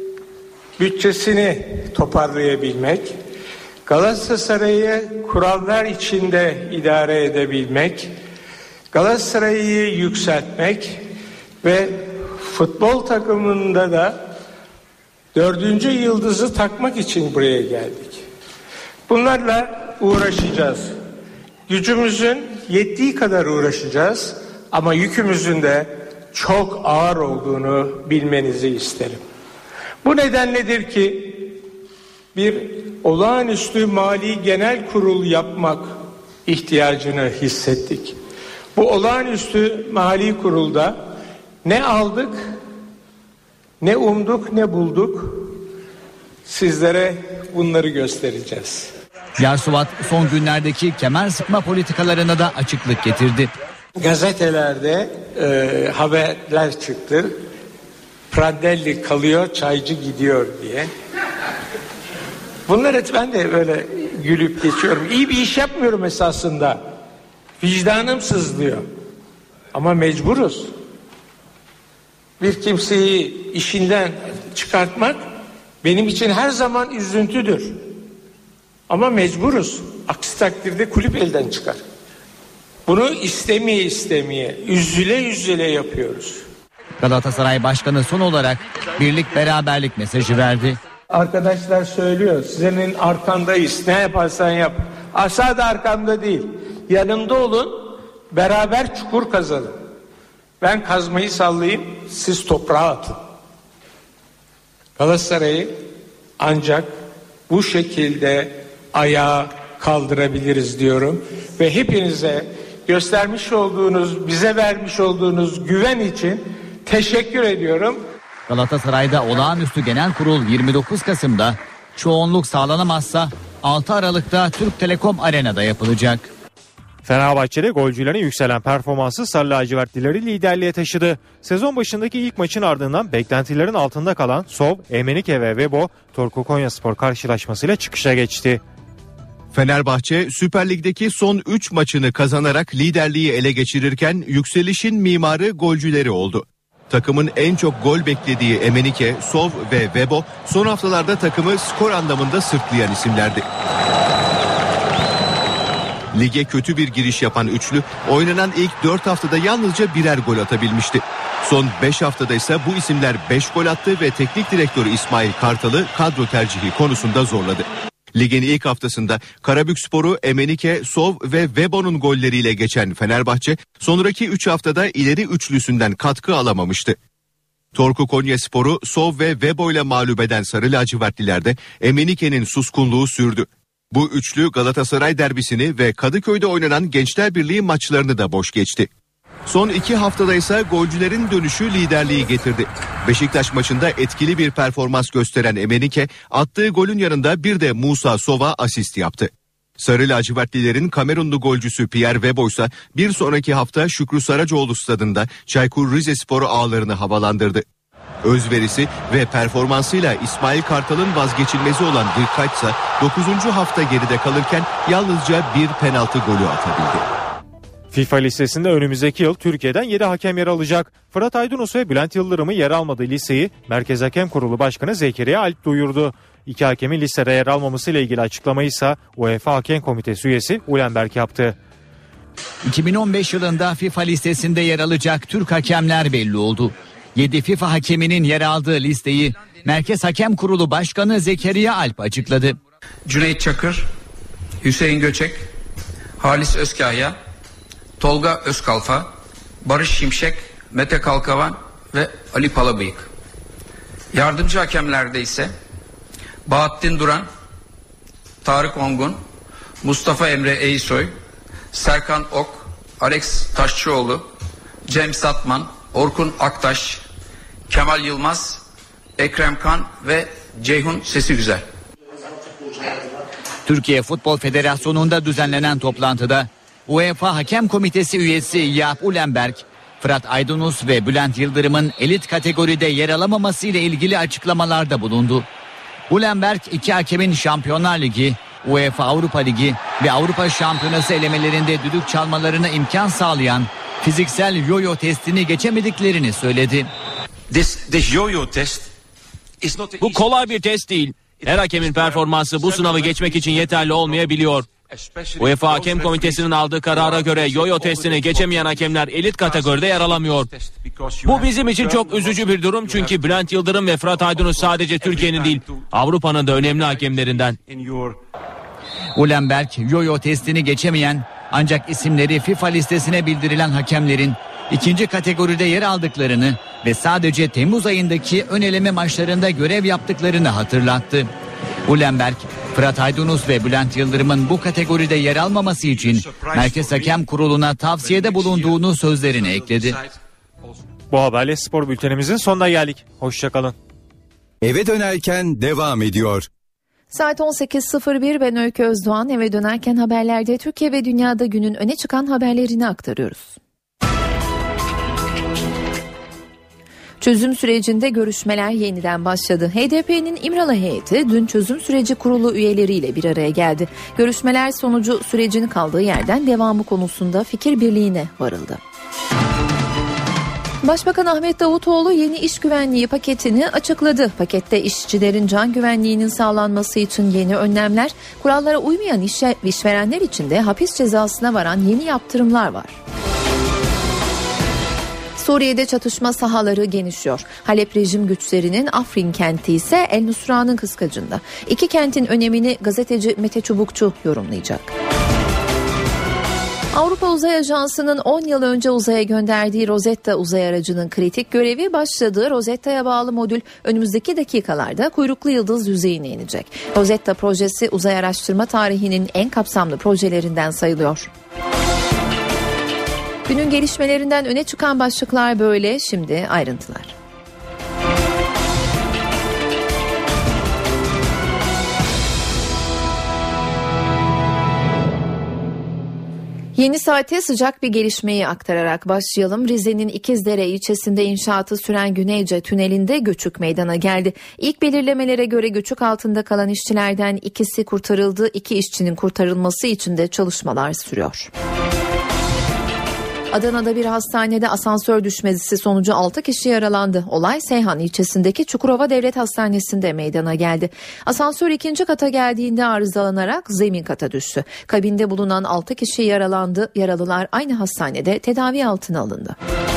bütçesini toparlayabilmek, Galatasaray'ı kurallar içinde idare edebilmek, Galatasaray'ı yükseltmek ve futbol takımında da dördüncü yıldızı takmak için buraya geldik. Bunlarla uğraşacağız. Gücümüzün yettiği kadar uğraşacağız ama yükümüzün de çok ağır olduğunu bilmenizi isterim. Bu nedenledir ki bir olağanüstü mali genel kurul yapmak ihtiyacını hissettik. Bu olağanüstü mali kurulda ne aldık, ne umduk, ne bulduk. Sizlere bunları göstereceğiz. Yarsuvat son günlerdeki kemer sıkma politikalarına da açıklık getirdi. Gazetelerde e, haberler çıktı. Prandelli kalıyor, çaycı gidiyor diye. Bunları ben de böyle gülüp geçiyorum. İyi bir iş yapmıyorum esasında. Vicdanım sızlıyor. Ama mecburuz. Bir kimseyi işinden çıkartmak benim için her zaman üzüntüdür. Ama mecburuz. Aksi takdirde kulüp elden çıkar. Bunu istemeye istemeye, üzüle üzüle yapıyoruz. Galatasaray Başkanı son olarak birlik beraberlik mesajı verdi. Arkadaşlar söylüyor, senin arkandayız, ne yaparsan yap. Asla da arkamda değil, yanımda olun, beraber çukur kazalım. Ben kazmayı sallayayım, siz toprağa atın. Galatasaray'ı ancak bu şekilde ayağa kaldırabiliriz diyorum. Ve hepinize göstermiş olduğunuz, bize vermiş olduğunuz güven için teşekkür ediyorum. Galatasaray'da olağanüstü genel kurul yirmi dokuz Kasım'da, çoğunluk sağlanamazsa altı Aralık'ta Türk Telekom Arena'da yapılacak. Fenerbahçe'de golcülerin yükselen performansı Sarı lacivertlileri liderliğe taşıdı. Sezon başındaki ilk maçın ardından beklentilerin altında kalan Sov, Emenike ve Vebo, Torku Konyaspor karşılaşmasıyla çıkışa geçti. Fenerbahçe Süper Lig'deki son üç maçını kazanarak liderliği ele geçirirken yükselişin mimarı golcüleri oldu. Takımın en çok gol beklediği Emenike, Sov ve Vebo son haftalarda takımı skor anlamında sırtlayan isimlerdi. Lige kötü bir giriş yapan üçlü oynanan ilk dört haftada yalnızca birer gol atabilmişti. Son beş haftada ise bu isimler beş gol attı ve teknik direktörü İsmail Kartal'ı kadro tercihi konusunda zorladı. Ligin ilk haftasında Karabükspor'u Emenike, Sov ve Vebo'nun golleriyle geçen Fenerbahçe sonraki üç haftada ileri üçlüsünden katkı alamamıştı. Torku Konyaspor'u Sov ve Vebo ile mağlup eden Sarı lacivertlilerde Emenike'nin suskunluğu sürdü. Bu üçlü Galatasaray derbisini ve Kadıköy'de oynanan Gençler Birliği maçlarını da boş geçti. Son iki haftada ise golcülerin dönüşü liderliği getirdi. Beşiktaş maçında etkili bir performans gösteren Emenike attığı golün yanında bir de Musa Sov'a asist yaptı. Sarı lacivertlilerin Kamerunlu golcüsü Pierre Vebo ise bir sonraki hafta Şükrü Saracoğlu stadında Çaykur Rizespor ağlarını havalandırdı. Özverisi ve performansıyla İsmail Kartal'ın vazgeçilmezi olan Dirkayt ise dokuzuncu hafta geride kalırken yalnızca bir penaltı golü atabildi. FIFA listesinde önümüzdeki yıl Türkiye'den yedi hakem yer alacak. Fırat Aydınus ve Bülent Yıldırım'ın yer almadığı listeyi Merkez Hakem Kurulu Başkanı Zekeriya Alp duyurdu. İki hakemin listede yer almamasıyla ilgili açıklamayı ise UEFA Hakem Komitesi üyesi Ulenberg yaptı. iki bin on beş yılında FIFA listesinde yer alacak Türk hakemler belli oldu. yedi FIFA hakeminin yer aldığı listeyi Merkez Hakem Kurulu Başkanı Zekeriya Alp açıkladı. Cüneyt Çakır, Hüseyin Göçek, Halis Özkaya, Tolga Özkalfa, Barış Şimşek, Mete Kalkavan ve Ali Palabıyık. Yardımcı hakemlerde ise Bahattin Duran, Tarık Ongun, Mustafa Emre Eysoy, Serkan Ok, Alex Taşçıoğlu, Cem Satman, Orkun Aktaş, Kemal Yılmaz, Ekrem Kan ve Ceyhun Sesi Güzel. Türkiye Futbol Federasyonu'nda düzenlenen toplantıda UEFA Hakem Komitesi üyesi Jaap Ulenberg, Fırat Aydınus ve Bülent Yıldırım'ın elit kategoride yer alamaması ile ilgili açıklamalarda bulundu. Ulenberg iki hakemin Şampiyonlar Ligi, UEFA Avrupa Ligi ve Avrupa Şampiyonası elemelerinde düdük çalmalarına imkan sağlayan fiziksel yo-yo testini geçemediklerini söyledi. This, this yo-yo test is not Bu kolay bir test değil. Her hakemin performansı bu sınavı geçmek için yeterli olmayabiliyor. UEFA Hakem Komitesi'nin aldığı karara göre yo-yo testini geçemeyen hakemler elit kategoride yer alamıyor. Bu bizim için çok üzücü bir durum çünkü Bülent Yıldırım ve Fırat Aydınus sadece Türkiye'nin değil Avrupa'nın da önemli hakemlerinden. Ulenberg yo-yo testini geçemeyen ancak isimleri FIFA listesine bildirilen hakemlerin ikinci kategoride yer aldıklarını ve sadece Temmuz ayındaki ön eleme maçlarında görev yaptıklarını hatırlattı. Ulenberg, Fırat Aydınus ve Bülent Yıldırım'ın bu kategoride yer almaması için Merkez Hakem Kurulu'na tavsiyede bulunduğunu sözlerine ekledi. Bu haberle spor bültenimizin sonuna geldik. Hoşçakalın. Eve dönerken devam ediyor. Saat on sekiz sıfır bir, ben Öykü Özdoğan. Eve dönerken haberlerde Türkiye ve dünyada günün öne çıkan haberlerini aktarıyoruz. Çözüm sürecinde görüşmeler yeniden başladı. H D P'nin İmralı heyeti dün çözüm süreci kurulu üyeleriyle bir araya geldi. Görüşmeler sonucu sürecin kaldığı yerden devamı konusunda fikir birliğine varıldı. Başbakan Ahmet Davutoğlu yeni iş güvenliği paketini açıkladı. Pakette işçilerin can güvenliğinin sağlanması için yeni önlemler, kurallara uymayan işe, işverenler için de hapis cezasına varan yeni yaptırımlar var. Suriye'de çatışma sahaları genişliyor. Halep rejim güçlerinin Afrin kenti ise El Nusra'nın kıskacında. İki kentin önemini gazeteci Mete Çubukçu yorumlayacak. Avrupa Uzay Ajansı'nın on yıl önce uzaya gönderdiği Rosetta uzay aracının kritik görevi başladı. Rosetta'ya bağlı modül önümüzdeki dakikalarda kuyruklu yıldız yüzeyine inecek. Rosetta projesi uzay araştırma tarihinin en kapsamlı projelerinden sayılıyor. Günün gelişmelerinden öne çıkan başlıklar böyle, şimdi ayrıntılar. Yeni saate sıcak bir gelişmeyi aktararak başlayalım. Rize'nin İkizdere ilçesinde inşaatı süren Güneyce Tüneli'nde göçük meydana geldi. İlk belirlemelere göre göçük altında kalan işçilerden ikisi kurtarıldı. İki işçinin kurtarılması için de çalışmalar sürüyor. Adana'da bir hastanede asansör düşmesi sonucu altı kişi yaralandı. Olay Seyhan ilçesindeki Çukurova Devlet Hastanesi'nde meydana geldi. Asansör ikinci kata geldiğinde arızalanarak zemin kata düştü. Kabinde bulunan altı kişi yaralandı. Yaralılar aynı hastanede tedavi altına alındı.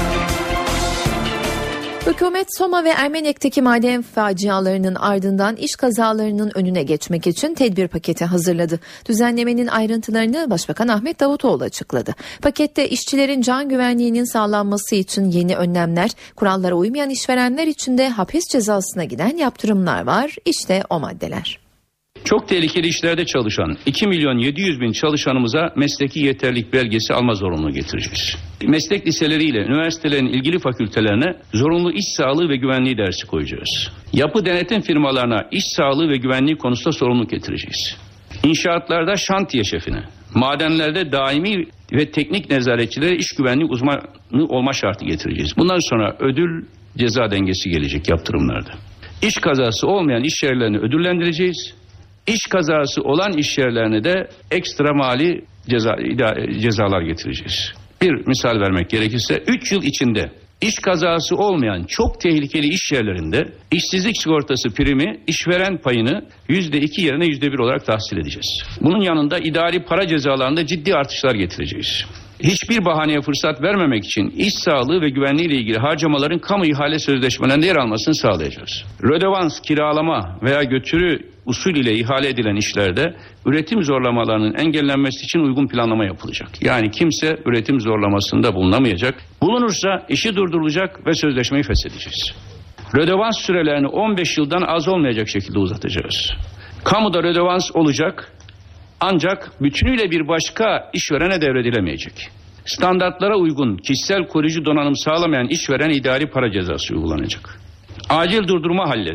Hükümet Soma ve Ermenek'teki maden facialarının ardından iş kazalarının önüne geçmek için tedbir paketi hazırladı. Düzenlemenin ayrıntılarını Başbakan Ahmet Davutoğlu açıkladı. Pakette işçilerin can güvenliğinin sağlanması için yeni önlemler, kurallara uymayan işverenler için de hapis cezasına giden yaptırımlar var. İşte o maddeler. Çok tehlikeli işlerde çalışan iki milyon yedi yüz bin çalışanımıza mesleki yeterlilik belgesi alma zorunluluğu getireceğiz. Meslek liseleriyle üniversitelerin ilgili fakültelerine zorunlu iş sağlığı ve güvenliği dersi koyacağız. Yapı denetim firmalarına iş sağlığı ve güvenliği konusunda sorumluluk getireceğiz. İnşaatlarda şantiye şefine, madenlerde daimi ve teknik nezaretçilere iş güvenliği uzmanı olma şartı getireceğiz. Bundan sonra ödül ceza dengesi gelecek yaptırımlarda. İş kazası olmayan iş yerlerini ödüllendireceğiz. İş kazası olan iş yerlerine de ekstra mali ceza, cezalar getireceğiz. Bir misal vermek gerekirse üç yıl içinde iş kazası olmayan çok tehlikeli iş yerlerinde işsizlik sigortası primi işveren payını yüzde iki yerine yüzde bir olarak tahsil edeceğiz. Bunun yanında idari para cezalarında ciddi artışlar getireceğiz. Hiçbir bahaneye fırsat vermemek için iş sağlığı ve güvenliği ile ilgili harcamaların kamu ihale sözleşmelerinde yer almasını sağlayacağız. Rödevans, kiralama veya götürü usul ile ihale edilen işlerde üretim zorlamalarının engellenmesi için uygun planlama yapılacak. Yani kimse üretim zorlamasında bulunamayacak. Bulunursa işi durdurulacak ve sözleşmeyi feshedeceğiz. Rödevans sürelerini on beş yıldan az olmayacak şekilde uzatacağız. Kamuda rödevans olacak ancak bütünüyle bir başka işverene devredilemeyecek. Standartlara uygun kişisel koruyucu donanım sağlamayan işveren idari para cezası uygulanacak. Acil durdurma halleri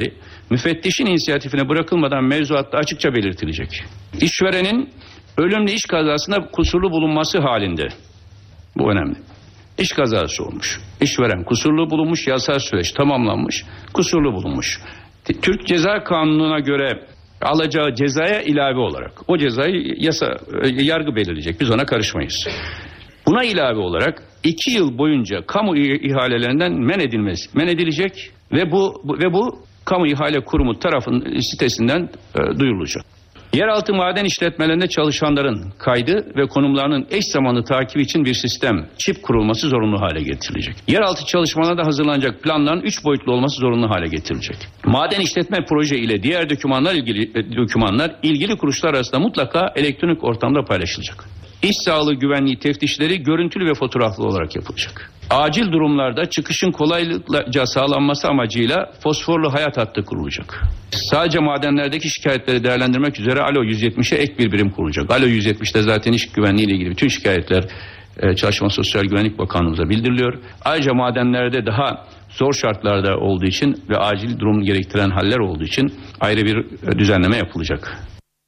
müfettişin inisiyatifine bırakılmadan mevzuatta açıkça belirtilecek. İşverenin ölümlü iş kazasında kusurlu bulunması halinde, bu önemli. İş kazası olmuş. İşveren kusurlu bulunmuş, yasal süreç tamamlanmış, kusurlu bulunmuş. Türk Ceza Kanunu'na göre alacağı cezaya ilave olarak o cezayı yasa yargı belirleyecek. Biz ona karışmayız. Buna ilave olarak iki yıl boyunca kamu ihalelerinden men edilmesi, men edilecek ve bu ve bu kamu ihale kurumu tarafının sitesinden e, duyurulacak. Yeraltı maden işletmelerinde çalışanların kaydı ve konumlarının eş zamanlı takibi için bir sistem, çip kurulması zorunlu hale getirilecek. Yeraltı çalışmalarda hazırlanacak planların üç boyutlu olması zorunlu hale getirilecek. Maden işletme proje ile diğer dokümanlar ilgili dokümanlar ilgili kuruluşlar arasında mutlaka elektronik ortamda paylaşılacak. İş sağlığı güvenliği teftişleri görüntülü ve fotoğraflı olarak yapılacak. Acil durumlarda çıkışın kolaylıkla sağlanması amacıyla fosforlu hayat hattı kurulacak. Sadece madenlerdeki şikayetleri değerlendirmek üzere Alo yüz yetmişe ek bir birim kurulacak. Alo yüz yetmişte zaten iş güvenliği ile ilgili bütün şikayetler Çalışma Sosyal Güvenlik Bakanlığımıza bildiriliyor. Ayrıca madenlerde daha zor şartlarda olduğu için ve acil durum gerektiren haller olduğu için ayrı bir düzenleme yapılacak.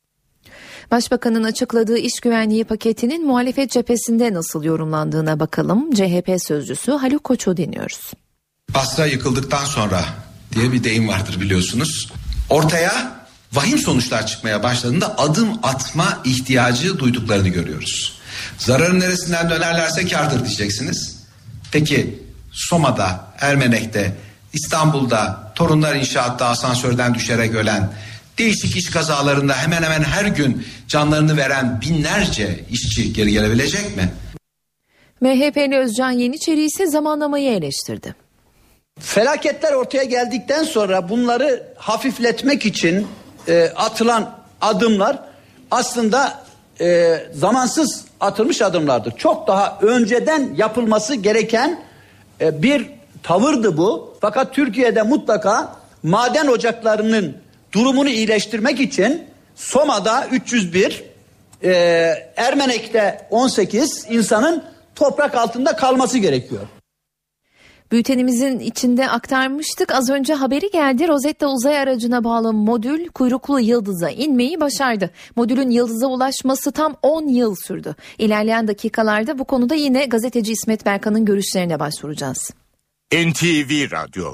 Başbakanın açıkladığı iş güvenliği paketinin muhalefet cephesinde nasıl yorumlandığına bakalım. C H P sözcüsü Haluk Koç'u dinliyoruz. Basra yıkıldıktan sonra diye bir deyim vardır biliyorsunuz. Ortaya vahim sonuçlar çıkmaya başladığında adım atma ihtiyacı duyduklarını görüyoruz. Zararın neresinden dönerlerse kârdır diyeceksiniz. Peki Soma'da, Ermenek'te, İstanbul'da, Torunlar İnşaat'ta asansörden düşerek ölen, değişik iş kazalarında hemen hemen her gün canlarını veren binlerce işçi geri gelebilecek mi? M H P'li Özcan Yeniçeri ise zamanlamayı eleştirdi. Felaketler ortaya geldikten sonra bunları hafifletmek için e, atılan adımlar aslında e, zamansız atılmış adımlardır. Çok daha önceden yapılması gereken e, bir tavırdı bu. Fakat Türkiye'de mutlaka maden ocaklarının durumunu iyileştirmek için Soma'da üç yüz bir, e, Ermenek'te on sekiz insanın toprak altında kalması gerekiyor. Bültenimizin içinde aktarmıştık. Az önce haberi geldi. Rosetta uzay aracına bağlı modül kuyruklu yıldıza inmeyi başardı. Modülün yıldıza ulaşması tam on yıl sürdü. İlerleyen dakikalarda bu konuda yine gazeteci İsmet Berkan'ın görüşlerine başvuracağız. N T V Radyo.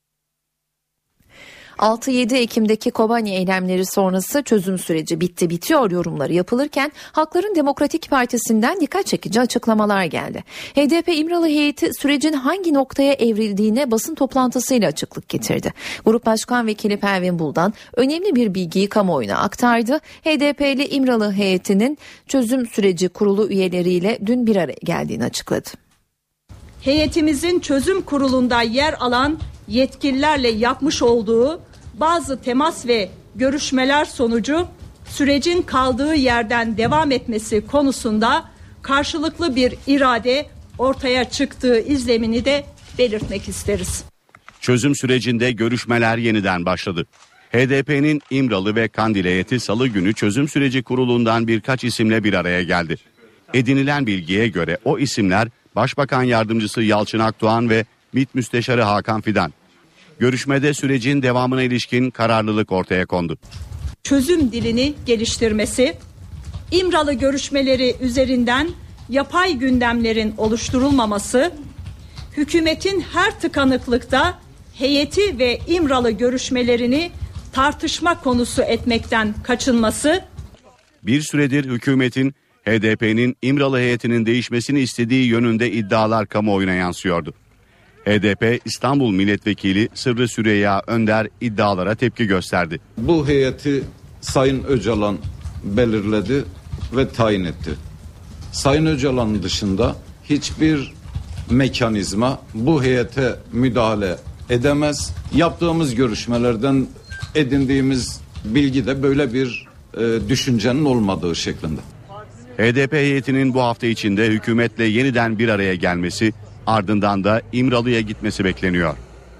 altı yedi Ekim'deki Kobani eylemleri sonrası çözüm süreci bitti bitiyor yorumları yapılırken Halkların Demokratik Partisi'nden dikkat çekici açıklamalar geldi. H D P İmralı heyeti sürecin hangi noktaya evrildiğine basın toplantısıyla açıklık getirdi. Grup Başkan Vekili Pervin Buldan önemli bir bilgiyi kamuoyuna aktardı. H D P'li İmralı heyetinin çözüm süreci kurulu üyeleriyle dün bir araya geldiğini açıkladı. Heyetimizin çözüm kurulunda yer alan yetkililerle yapmış olduğu bazı temas ve görüşmeler sonucu sürecin kaldığı yerden devam etmesi konusunda karşılıklı bir irade ortaya çıktığı izlemini de belirtmek isteriz. Çözüm sürecinde görüşmeler yeniden başladı. H D P'nin İmralı ve Kandil heyeti Salı günü çözüm süreci kurulundan birkaç isimle bir araya geldi. Edinilen bilgiye göre o isimler Başbakan Yardımcısı Yalçın Akdoğan ve MİT Müsteşarı Hakan Fidan. Görüşmede sürecin devamına ilişkin kararlılık ortaya kondu. Çözüm dilini geliştirmesi, İmralı görüşmeleri üzerinden yapay gündemlerin oluşturulmaması, hükümetin her tıkanıklıkta heyeti ve İmralı görüşmelerini tartışma konusu etmekten kaçınması. Bir süredir hükümetin H D P'nin İmralı heyetinin değişmesini istediği yönünde iddialar kamuoyuna yansıyordu. H D P İstanbul Milletvekili Sırrı Süreyya Önder iddialara tepki gösterdi. Bu heyeti Sayın Öcalan belirledi ve tayin etti. Sayın Öcalan'ın dışında hiçbir mekanizma bu heyete müdahale edemez. Yaptığımız görüşmelerden edindiğimiz bilgi de böyle bir e, düşüncenin olmadığı şeklinde. H D P heyetinin bu hafta içinde hükümetle yeniden bir araya gelmesi, ardından da İmralı'ya gitmesi bekleniyor.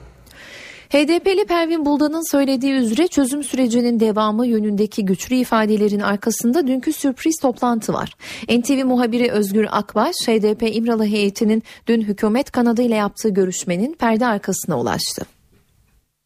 H D P'li Pervin Buldan'ın söylediği üzere çözüm sürecinin devamı yönündeki güçlü ifadelerin arkasında dünkü sürpriz toplantı var. N T V muhabiri Özgür Akbaş, H D P İmralı heyetinin dün hükümet kanadıyla yaptığı görüşmenin perde arkasına ulaştı.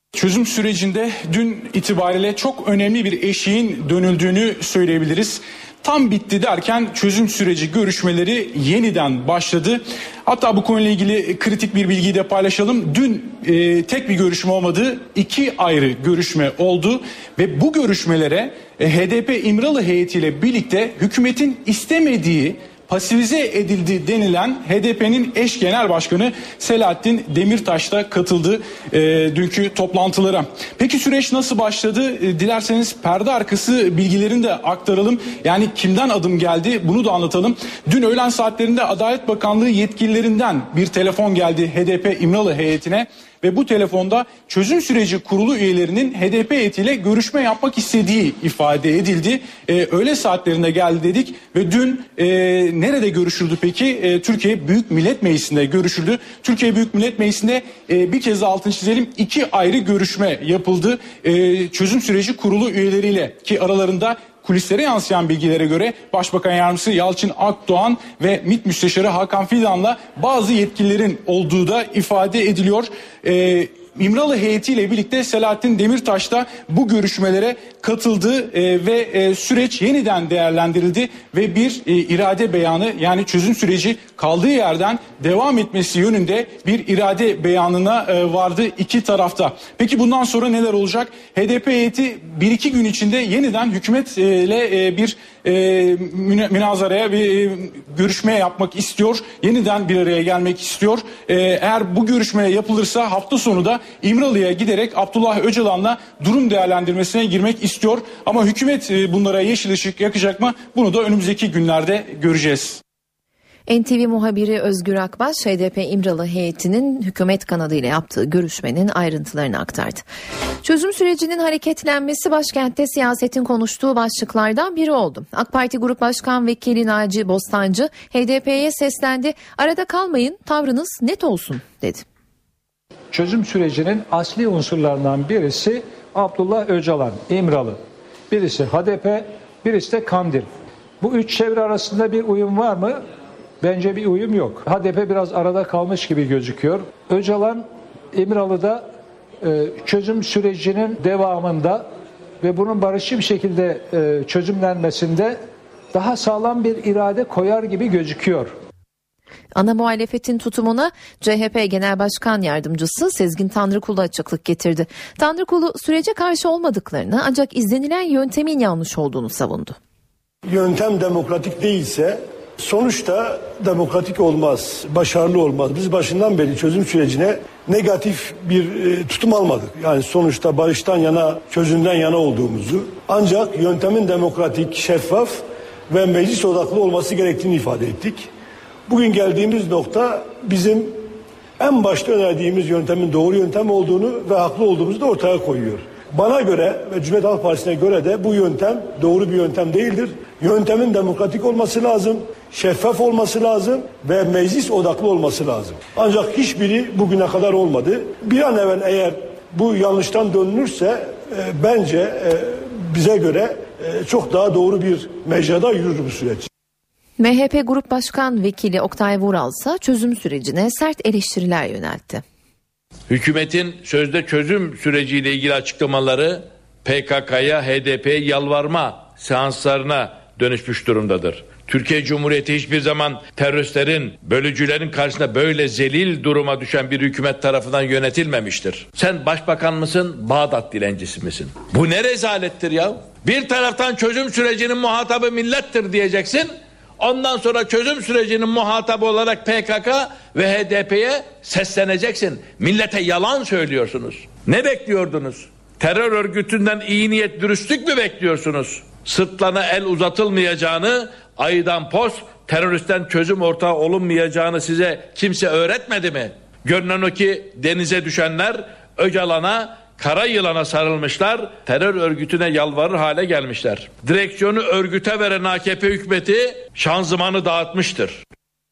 Çözüm sürecinde dün itibariyle çok önemli bir eşiğin dönüldüğünü söyleyebiliriz. Tam bitti derken çözüm süreci görüşmeleri yeniden başladı. Hatta bu konuyla ilgili kritik bir bilgiyi de paylaşalım. Dün e, tek bir görüşme olmadı, iki ayrı görüşme oldu ve bu görüşmelere e, H D P İmralı heyetiyle birlikte hükümetin istemediği, pasifize edildi denilen H D P'nin eş genel başkanı Selahattin Demirtaş da katıldı e, dünkü toplantılara. Peki süreç nasıl başladı? E, dilerseniz perde arkası bilgilerini de aktaralım. Yani kimden adım geldi bunu da anlatalım. Dün öğlen saatlerinde Adalet Bakanlığı yetkililerinden bir telefon geldi H D P İmralı heyetine. Ve bu telefonda çözüm süreci kurulu üyelerinin H D P heyetiyle görüşme yapmak istediği ifade edildi. Ee, öğle saatlerinde geldi dedik ve dün e, nerede görüşüldü peki? E, Türkiye Büyük Millet Meclisi'nde görüşüldü. Türkiye Büyük Millet Meclisi'nde e, bir kez daha altını çizelim, iki ayrı görüşme yapıldı. E, çözüm süreci kurulu üyeleriyle ki aralarında kulislere yansıyan bilgilere göre Başbakan Yardımcısı Yalçın Akdoğan ve MİT Müsteşarı Hakan Fidan'la bazı yetkililerin olduğu da ifade ediliyor. Ee, İmralı heyetiyle birlikte Selahattin Demirtaş da bu görüşmelere katıldı e, ve e, süreç yeniden değerlendirildi ve bir e, irade beyanı, yani çözüm süreci kaldığı yerden devam etmesi yönünde bir irade beyanına e, vardı iki tarafta. Peki bundan sonra neler olacak? H D P heyeti bir iki gün içinde yeniden hükümetle e, bir e, münazaraya, bir e, görüşmeye yapmak istiyor. Yeniden bir araya gelmek istiyor. E, eğer bu görüşme yapılırsa hafta sonu da İmralı'ya giderek Abdullah Öcalan'la durum değerlendirmesine girmek istiyor. Ama hükümet bunlara yeşil ışık yakacak mı? Bunu da önümüzdeki günlerde göreceğiz. N T V muhabiri Özgür Akbaş, H D P İmralı heyetinin hükümet kanadıyla yaptığı görüşmenin ayrıntılarını aktardı. Çözüm sürecinin hareketlenmesi başkentte siyasetin konuştuğu başlıklardan biri oldu. AK Parti Grup Başkan Vekili Naci Bostancı H D P'ye seslendi. Arada kalmayın, tavrınız net olsun dedi. Çözüm sürecinin asli unsurlarından birisi Abdullah Öcalan, İmralı. Birisi H D P, birisi de Kandil. Bu üç çevre arasında bir uyum var mı? Bence bir uyum yok. H D P biraz arada kalmış gibi gözüküyor. Öcalan, İmralı'da e, çözüm sürecinin devamında ve bunun barışçı bir şekilde e, çözümlenmesinde daha sağlam bir irade koyar gibi gözüküyor. Ana muhalefetin tutumuna C H P Genel Başkan Yardımcısı Sezgin Tanrıkulu açıklık getirdi. Tanrıkulu sürece karşı olmadıklarını, ancak izlenilen yöntemin yanlış olduğunu savundu. Yöntem demokratik değilse sonuçta demokratik olmaz, başarılı olmaz. Biz başından beri çözüm sürecine negatif bir e, tutum almadık. Yani sonuçta barıştan yana, çözümden yana olduğumuzu, ancak yöntemin demokratik, şeffaf ve meclis odaklı olması gerektiğini ifade ettik. Bugün geldiğimiz nokta bizim en başta önerdiğimiz yöntemin doğru yöntem olduğunu ve haklı olduğumuzu da ortaya koyuyor. Bana göre ve Cumhuriyet Halk Partisi'ne göre de bu yöntem doğru bir yöntem değildir. Yöntemin demokratik olması lazım, şeffaf olması lazım ve meclis odaklı olması lazım. Ancak hiçbiri bugüne kadar olmadı. Bir an evvel eğer bu yanlıştan dönülürse e, bence e, bize göre e, çok daha doğru bir mecrada yürür bu süreç. M H P Grup Başkan Vekili Oktay Vural ise çözüm sürecine sert eleştiriler yöneltti. Hükümetin sözde çözüm süreciyle ilgili açıklamaları P K K'ya, H D P'ye yalvarma seanslarına dönüşmüş durumdadır. Türkiye Cumhuriyeti hiçbir zaman teröristlerin, bölücülerin karşısında böyle zelil duruma düşen bir hükümet tarafından yönetilmemiştir. Sen başbakan mısın, Bağdat dilencisi misin? Bu ne rezalettir ya? Bir taraftan çözüm sürecinin muhatabı millettir diyeceksin. Ondan sonra çözüm sürecinin muhatabı olarak P K K ve H D P'ye sesleneceksin. Millete yalan söylüyorsunuz. Ne bekliyordunuz? Terör örgütünden iyi niyet, dürüstlük mü bekliyorsunuz? Sırtlarına el uzatılmayacağını, aydan poz, teröristten çözüm ortağı olunmayacağını size kimse öğretmedi mi? Görünen o ki denize düşenler Öcalan'a, kara yılana sarılmışlar, terör örgütüne yalvarır hale gelmişler. Direksiyonu örgüte veren A K P hükümeti şanzımanı dağıtmıştır.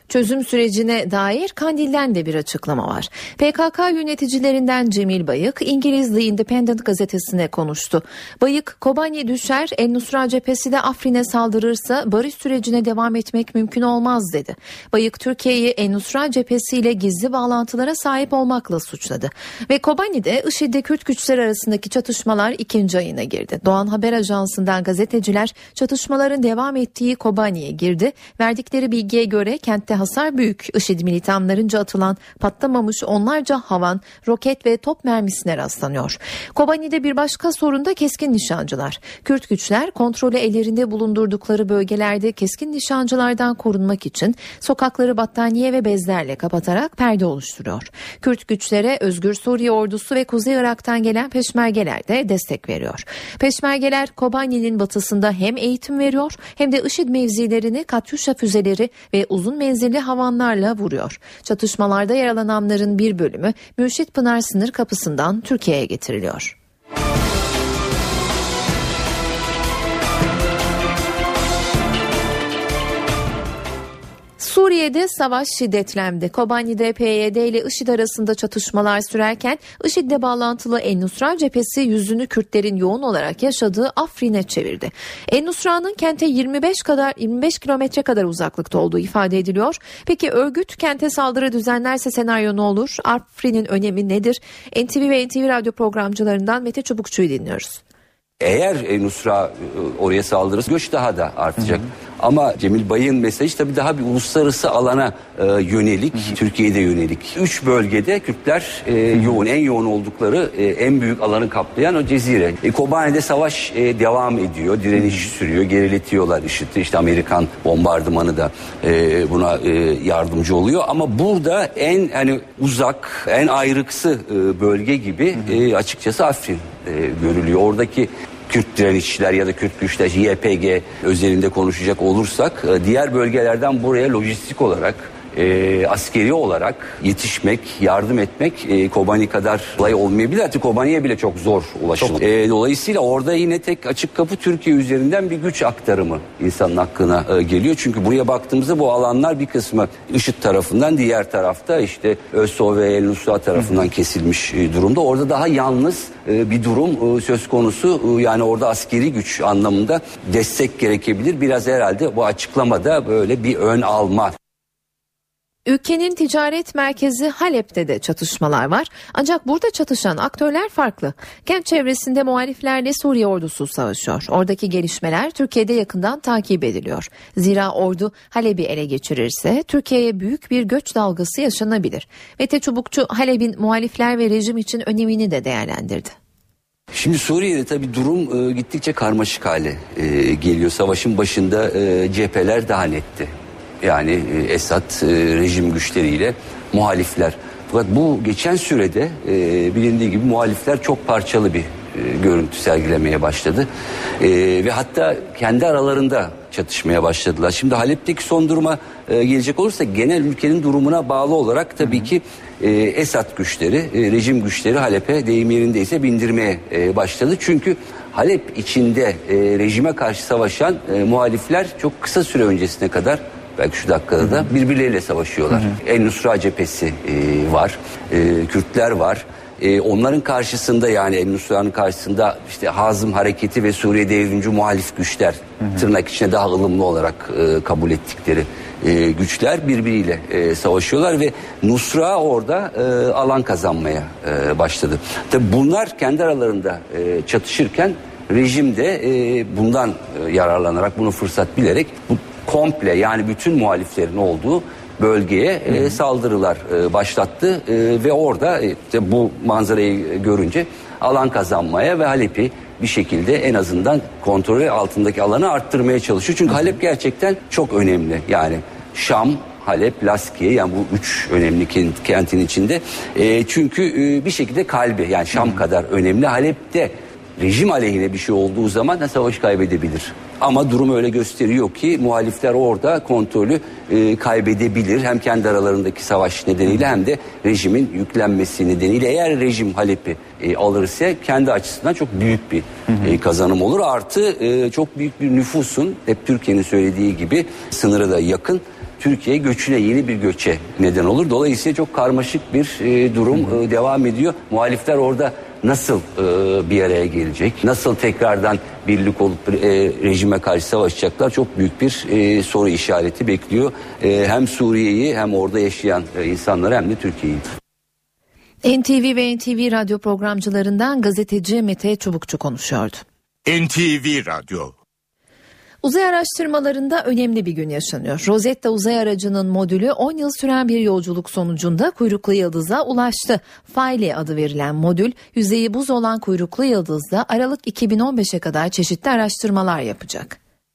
Çözüm sürecine dair Kandil'den de bir açıklama var. P K K yöneticilerinden Cemil Bayık, İngiliz The Independent gazetesine konuştu. Bayık, Kobani düşer, En-Nusra cephesi de Afrin'e saldırırsa barış sürecine devam etmek mümkün olmaz dedi. Bayık, Türkiye'yi En-Nusra cephesiyle gizli bağlantılara sahip olmakla suçladı. Ve Kobani'de IŞİD'le Kürt güçler arasındaki çatışmalar ikinci ayına girdi. Doğan Haber Ajansı'ndan gazeteciler çatışmaların devam ettiği Kobani'ye girdi. Verdikleri bilgiye göre kentte hasar büyük. IŞİD militanlarınca atılan patlamamış onlarca havan, roket ve top mermisine rastlanıyor. Kobani'de bir başka sorun da keskin nişancılar. Kürt güçler kontrolü ellerinde bulundurdukları bölgelerde keskin nişancılardan korunmak için sokakları battaniye ve bezlerle kapatarak perde oluşturuyor. Kürt güçlere Özgür Suriye Ordusu ve Kuzey Irak'tan gelen peşmergeler de destek veriyor. Peşmergeler Kobani'nin batısında hem eğitim veriyor hem de IŞİD mevzilerini Katyusha füzeleri ve uzun menzilli havanlarla vuruyor. Çatışmalarda yaralananların bir bölümü Mürşit Pınar sınır kapısından Türkiye'ye getiriliyor. Suriye'de savaş şiddetlendi. Kobani'de P Y D ile IŞİD arasında çatışmalar sürerken IŞİD'le bağlantılı En-Nusra cephesi yüzünü Kürtlerin yoğun olarak yaşadığı Afrin'e çevirdi. En-Nusra'nın kente yirmi beş kadar yirmi beş kilometre kadar uzaklıkta olduğu ifade ediliyor. Peki örgüt kente saldırı düzenlerse senaryo ne olur? Afrin'in önemi nedir? N T V ve N T V radyo programcılarından Mete Çubukçu'yu dinliyoruz. Eğer En-Nusra oraya saldırırsa göç daha da artacak. Hı hı. Ama Cemil Bayık'ın mesajı tabii daha bir uluslararası alana e, yönelik, hı hı. Türkiye'de yönelik. Üç bölgede Kürtler e, yoğun, en yoğun oldukları e, en büyük alanı kaplayan o cezire. E, Kobani'de savaş e, devam ediyor, direniş hı hı. sürüyor, geriletiyorlar IŞİD'i. İşte Amerikan bombardımanı da e, buna e, yardımcı oluyor. Ama burada en hani uzak, en ayrıksı e, bölge gibi hı hı. E, açıkçası Afrin e, görülüyor. Oradaki Kürt direnişçiler ya da Kürt güçler Y P G özelinde konuşacak olursak diğer bölgelerden buraya lojistik olarak e, askeri olarak yetişmek, yardım etmek e, Kobani kadar kolay olmayabilir. Hatta Kobani'ye bile çok zor ulaşılır. E, dolayısıyla orada yine tek açık kapı Türkiye üzerinden bir güç aktarımı insanın hakkına e, geliyor. Çünkü buraya baktığımızda bu alanlar bir kısmı IŞİD tarafından, diğer tarafta işte ÖSO ve El-Nusra tarafından Hı. kesilmiş e, durumda. Orada daha yalnız e, bir durum e, söz konusu. E, yani orada askeri güç anlamında destek gerekebilir. Biraz herhalde bu açıklamada böyle bir ön alma. Ülkenin ticaret merkezi Halep'te de çatışmalar var. Ancak burada çatışan aktörler farklı. Kent çevresinde muhaliflerle Suriye ordusu savaşıyor. Oradaki gelişmeler Türkiye'de yakından takip ediliyor. Zira ordu Halep'i ele geçirirse Türkiye'ye büyük bir göç dalgası yaşanabilir. Mete Çubukçu Halep'in muhalifler ve rejim için önemini de değerlendirdi. Şimdi Suriye'de tabii durum e, gittikçe karmaşık hale e, geliyor. Savaşın başında e, cepheler daha netti. Yani Esad e, rejim güçleriyle muhalifler. Fakat bu geçen sürede e, bilindiği gibi muhalifler çok parçalı bir e, görüntü sergilemeye başladı. E, ve hatta kendi aralarında çatışmaya başladılar. Şimdi Halep'teki son duruma e, gelecek olursa genel ülkenin durumuna bağlı olarak tabii ki e, Esad güçleri, e, rejim güçleri Halep'e deyim yerindeyse bindirmeye e, başladı. Çünkü Halep içinde e, rejime karşı savaşan e, muhalifler çok kısa süre öncesine kadar, belki şu dakikada da birbirleriyle savaşıyorlar. En-Nusra cephesi e, var, e, Kürtler var. E, onların karşısında, yani En-Nusra'nın karşısında işte Hazım Hareketi ve Suriye Devrimci Muhalif Güçler, hı hı. tırnak içine daha ılımlı olarak e, kabul ettikleri e, güçler birbiriyle e, savaşıyorlar ve Nusra orada e, alan kazanmaya e, başladı. Tabii bunlar kendi aralarında e, çatışırken rejim de e, bundan e, yararlanarak, bunu fırsat bilerek bu komple, yani bütün muhaliflerin olduğu bölgeye e, saldırılar e, başlattı e, ve orada e, bu manzarayı görünce alan kazanmaya ve Halep'i bir şekilde en azından kontrolü altındaki alanı arttırmaya çalışıyor. Çünkü Halep gerçekten çok önemli. Yani Şam, Halep, Laskiye, yani bu üç önemli kentin içinde. E, çünkü e, bir şekilde kalbi, yani Şam kadar önemli. Halep'te rejim aleyhine bir şey olduğu zaman da savaş kaybedebilir. Ama durum öyle gösteriyor ki muhalifler orada kontrolü e, kaybedebilir. Hem kendi aralarındaki savaş nedeniyle hem de rejimin yüklenmesi nedeniyle. Eğer rejim Halep'i e, alırsa kendi açısından çok büyük bir e, kazanım olur. Artı e, çok büyük bir nüfusun, hep Türkiye'nin söylediği gibi, sınıra da yakın Türkiye göçüne, yeni bir göçe neden olur. Dolayısıyla çok karmaşık bir e, durum e, devam ediyor. Muhalifler orada nasıl e, bir araya gelecek? Nasıl tekrardan birlik olup e, rejime karşı savaşacaklar? Çok büyük bir e, soru işareti bekliyor. E, hem Suriye'yi hem orada yaşayan e, insanları hem de Türkiye'yi. N T V ve N T V radyo programcılarından gazeteci Mete Çubukçu konuşuyordu. N T V Radyo. Uzay araştırmalarında önemli bir gün yaşanıyor. Rosetta uzay aracının modülü on yıl süren bir yolculuk sonucunda kuyruklu yıldıza ulaştı. Philae adı verilen modül, yüzeyi buz olan kuyruklu yıldızda Aralık iki bin on beşe kadar çeşitli araştırmalar yapacak.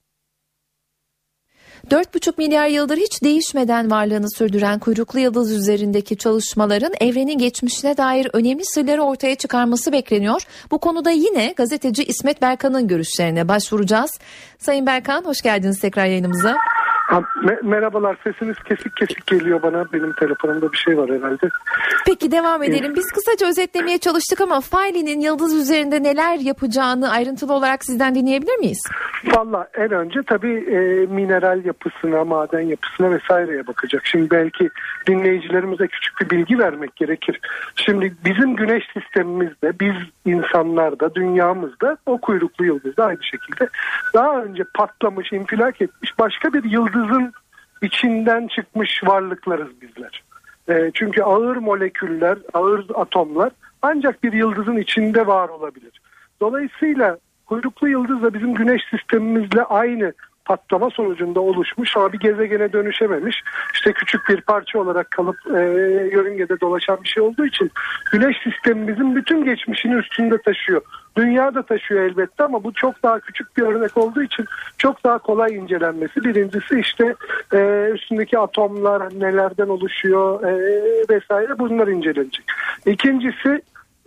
dört buçuk milyar yıldır hiç değişmeden varlığını sürdüren kuyruklu yıldız üzerindeki çalışmaların evrenin geçmişine dair önemli sırları ortaya çıkarması bekleniyor. Bu konuda yine gazeteci İsmet Berkan'ın görüşlerine başvuracağız. Sayın Berkan, hoş geldiniz tekrar yayınımıza. Me- merhabalar, sesiniz kesik kesik geliyor bana. Benim telefonumda bir şey var herhalde. Peki devam edelim. Biz kısaca özetlemeye çalıştık ama Philae'nin yıldız üzerinde neler yapacağını ayrıntılı olarak sizden dinleyebilir miyiz? Valla en önce tabii e, mineral yapısına, maden yapısına vesaireye bakacak. Şimdi belki dinleyicilerimize küçük bir bilgi vermek gerekir. Şimdi bizim güneş sistemimizde, biz insanlarda, dünyamızda o kuyruklu yıldızda aynı şekilde daha önce patlamış, infilak etmiş başka bir yıldızın içinden çıkmış varlıklarız bizler. E, çünkü ağır moleküller, ağır atomlar ancak bir yıldızın içinde var olabilir. Dolayısıyla kuyruklu yıldız da bizim güneş sistemimizle aynı patlama sonucunda oluşmuş ama bir gezegene dönüşememiş. İşte küçük bir parça olarak kalıp e, yörüngede dolaşan bir şey olduğu için güneş sistemimizin bütün geçmişini üstünde taşıyor. Dünya da taşıyor elbette ama bu çok daha küçük bir örnek olduğu için çok daha kolay incelenmesi. Birincisi işte e, üstündeki atomlar nelerden oluşuyor e, vesaire, bunlar incelenecek. İkincisi,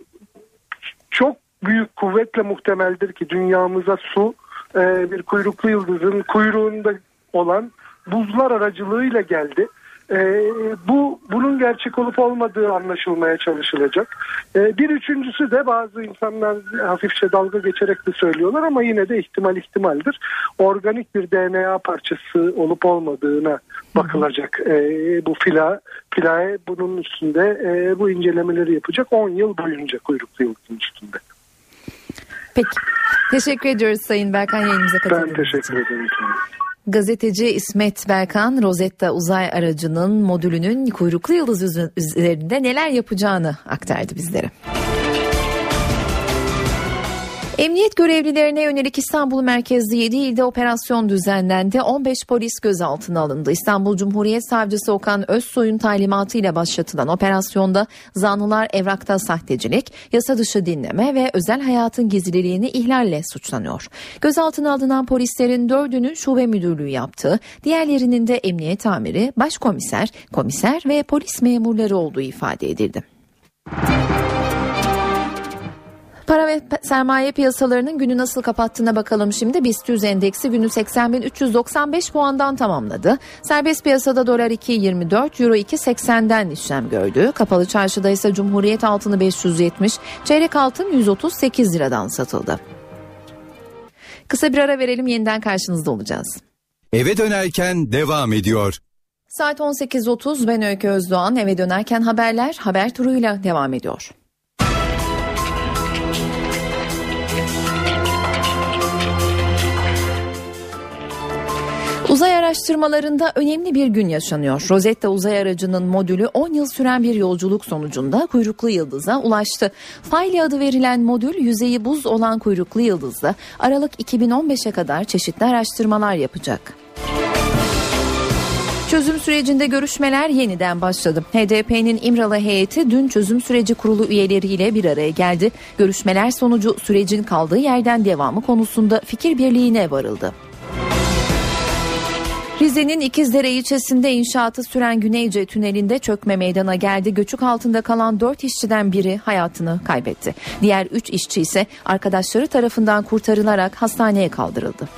çok büyük kuvvetle muhtemeldir ki dünyamıza su e, bir kuyruklu yıldızın kuyruğunda olan buzlar aracılığıyla geldi. E, bu bunun gerçek olup olmadığı anlaşılmaya çalışılacak. E, bir üçüncüsü de bazı insanlar hafifçe dalga geçerek de söylüyorlar ama yine de ihtimal ihtimaldir. Organik bir D N A parçası olup olmadığına bakılacak. E, bu Philae, Philae bunun üstünde e, bu incelemeleri yapacak on yıl boyunca kuyruklu yıldızın üstünde. Peki. Teşekkür ediyoruz Sayın Berkan yayınımıza katıldığınız için. Ben teşekkür ederim. Gazeteci İsmet Berkan, Rosetta uzay aracının modülünün kuyruklu yıldız üzerinde neler yapacağını aktardı bizlere. Emniyet görevlilerine yönelik İstanbul merkezli yedi ilde operasyon düzenlendi. on beş polis gözaltına alındı. İstanbul Cumhuriyet Savcısı Okan Özsoy'un talimatıyla başlatılan operasyonda zanlılar evrakta sahtecilik, yasa dışı dinleme ve özel hayatın gizliliğini ihlalle suçlanıyor. Gözaltına alınan polislerin dördünün şube müdürlüğü yaptığı, diğerlerinin de emniyet amiri, başkomiser, komiser ve polis memurları olduğu ifade edildi. Para ve sermaye piyasalarının günü nasıl kapattığına bakalım şimdi. BIST yüz endeksi günü seksen bin üç yüz doksan beş puandan tamamladı. Serbest piyasada dolar iki yirmi dört, euro iki seksenden işlem gördü. Kapalı çarşıda ise Cumhuriyet altını beş yüz yetmiş, çeyrek altın yüz otuz sekiz liradan satıldı. Kısa bir ara verelim, yeniden karşınızda olacağız. Eve dönerken devam ediyor. Saat on sekiz otuz, ben Öykü Özdoğan. Eve dönerken haberler haber turuyla devam ediyor. Uzay araştırmalarında önemli bir gün yaşanıyor. Rosetta uzay aracının modülü on yıl süren bir yolculuk sonucunda kuyruklu yıldıza ulaştı. Philae adı verilen modül, yüzeyi buz olan kuyruklu yıldızda Aralık iki bin on beşe kadar çeşitli araştırmalar yapacak. Çözüm sürecinde görüşmeler yeniden başladı. H D P'nin İmralı heyeti dün çözüm süreci kurulu üyeleriyle bir araya geldi. Görüşmeler sonucu sürecin kaldığı yerden devamı konusunda fikir birliğine varıldı. Rize'nin İkizdere ilçesinde inşaatı süren Güneyce Tüneli'nde çökme meydana geldi. Göçük altında kalan dört işçiden biri hayatını kaybetti. Diğer üç işçi ise arkadaşları tarafından kurtarılarak hastaneye kaldırıldı.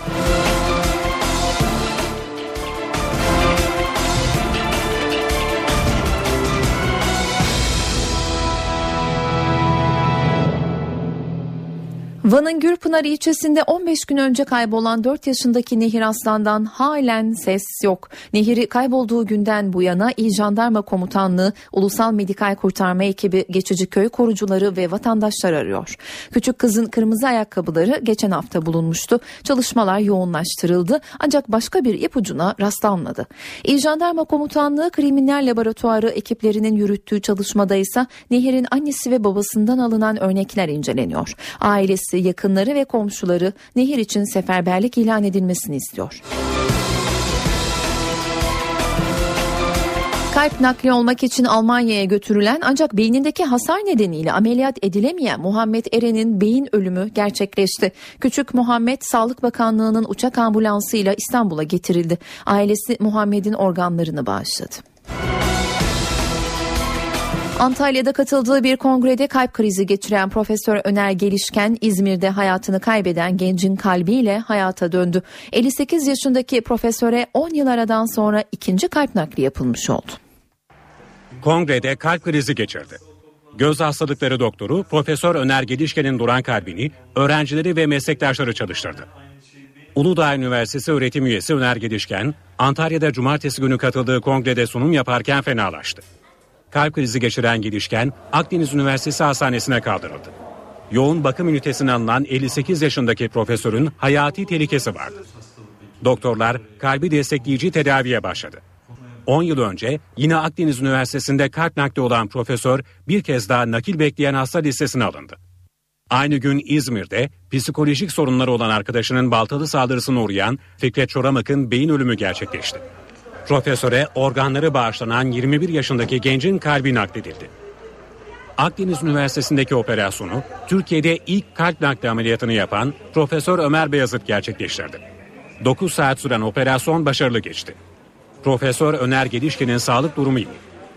Van'ın Gürpınar ilçesinde on beş gün önce kaybolan dört yaşındaki Nehir Aslan'dan halen ses yok. Nehir'i kaybolduğu günden bu yana İl Jandarma Komutanlığı, Ulusal Medikal Kurtarma Ekibi, Geçiciköy korucuları ve vatandaşlar arıyor. Küçük kızın kırmızı ayakkabıları geçen hafta bulunmuştu. Çalışmalar yoğunlaştırıldı ancak başka bir ipucuna rastlanmadı. İl Jandarma Komutanlığı Kriminal Laboratuvarı ekiplerinin yürüttüğü çalışmada ise Nehir'in annesi ve babasından alınan örnekler inceleniyor. Ailesi, yakınları ve komşuları Nehir için seferberlik ilan edilmesini istiyor. Kalp nakli olmak için Almanya'ya götürülen ancak beynindeki hasar nedeniyle ameliyat edilemeyen Muhammed Eren'in beyin ölümü gerçekleşti. Küçük Muhammed, Sağlık Bakanlığı'nın uçak ambulansıyla İstanbul'a getirildi. Ailesi Muhammed'in organlarını bağışladı. Antalya'da katıldığı bir kongrede kalp krizi geçiren Profesör Öner Gelişken, İzmir'de hayatını kaybeden gencin kalbiyle hayata döndü. elli sekiz yaşındaki profesöre on yıl aradan sonra ikinci kalp nakli yapılmış oldu. Kongrede kalp krizi geçirdi. Göz hastalıkları doktoru Profesör Öner Gelişken'in duran kalbini öğrencileri ve meslektaşları çalıştırdı. Uludağ Üniversitesi öğretim üyesi Öner Gelişken, Antalya'da cumartesi günü katıldığı kongrede sunum yaparken fenalaştı. Kalp krizi geçiren Gelişken, Akdeniz Üniversitesi Hastanesi'ne kaldırıldı. Yoğun bakım ünitesine alınan elli sekiz yaşındaki profesörün hayati tehlikesi vardı. Doktorlar kalbi destekleyici tedaviye başladı. on yıl önce yine Akdeniz Üniversitesi'nde kalp nakli olan profesör bir kez daha nakil bekleyen hasta listesine alındı. Aynı gün İzmir'de psikolojik sorunları olan arkadaşının baltalı saldırısına uğrayan Fikret Çoramak'ın beyin ölümü gerçekleşti. Profesöre organları bağışlanan yirmi bir yaşındaki gencin kalbi nakledildi. Akdeniz Üniversitesi'ndeki operasyonu Türkiye'de ilk kalp nakli ameliyatını yapan Profesör Ömer Beyazıt gerçekleştirdi. dokuz saat süren operasyon başarılı geçti. Profesör Öner Gelişken'in sağlık durumu iyi.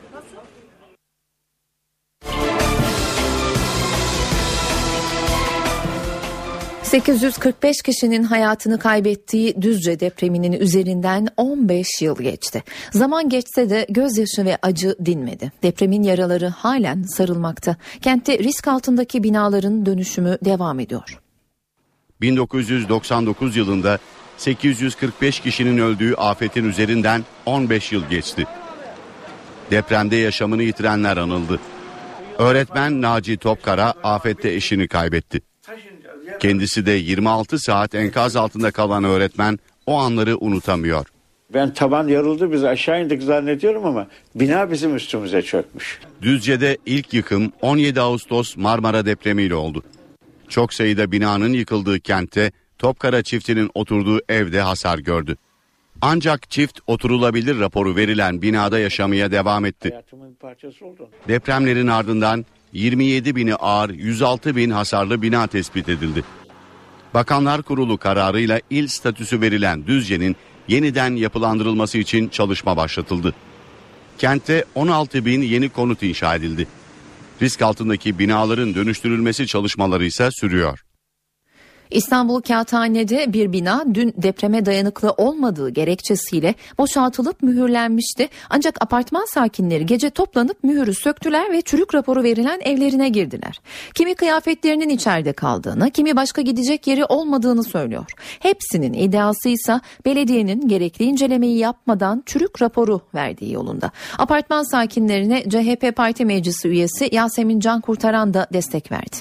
sekiz yüz kırk beş kişinin hayatını kaybettiği Düzce depreminin üzerinden on beş yıl geçti. Zaman geçse de gözyaşı ve acı dinmedi. Depremin yaraları halen sarılmakta. Kentte risk altındaki binaların dönüşümü devam ediyor. bin dokuz yüz doksan dokuz yılında sekiz yüz kırk beş kişinin öldüğü afetin üzerinden on beş yıl geçti. Depremde yaşamını yitirenler anıldı. Öğretmen Naci Topkara afette eşini kaybetti. Kendisi de yirmi altı saat enkaz altında kalan öğretmen o anları unutamıyor. Ben taban yarıldı, biz aşağı indik zannediyorum ama bina bizim üstümüze çökmüş. Düzce'de ilk yıkım on yedi Ağustos Marmara depremiyle oldu. Çok sayıda binanın yıkıldığı kentte Topkara çiftinin oturduğu evde hasar gördü. Ancak çift oturulabilir raporu verilen binada yaşamaya devam etti. Depremlerin ardından yirmi yedi bini ağır, yüz altı bin hasarlı bina tespit edildi. Bakanlar Kurulu kararıyla il statüsü verilen Düzce'nin yeniden yapılandırılması için çalışma başlatıldı. Kentte on altı bin yeni konut inşa edildi. Risk altındaki binaların dönüştürülmesi çalışmaları ise sürüyor. İstanbul Kağıthane'de bir bina dün depreme dayanıklı olmadığı gerekçesiyle boşaltılıp mühürlenmişti. Ancak apartman sakinleri gece toplanıp mühürü söktüler ve çürük raporu verilen evlerine girdiler. Kimi kıyafetlerinin içeride kaldığını, kimi başka gidecek yeri olmadığını söylüyor. Hepsinin iddiası ise belediyenin gerekli incelemeyi yapmadan çürük raporu verdiği yolunda. Apartman sakinlerine C H P Parti Meclisi üyesi Yasemin Can Kurtaran da destek verdi.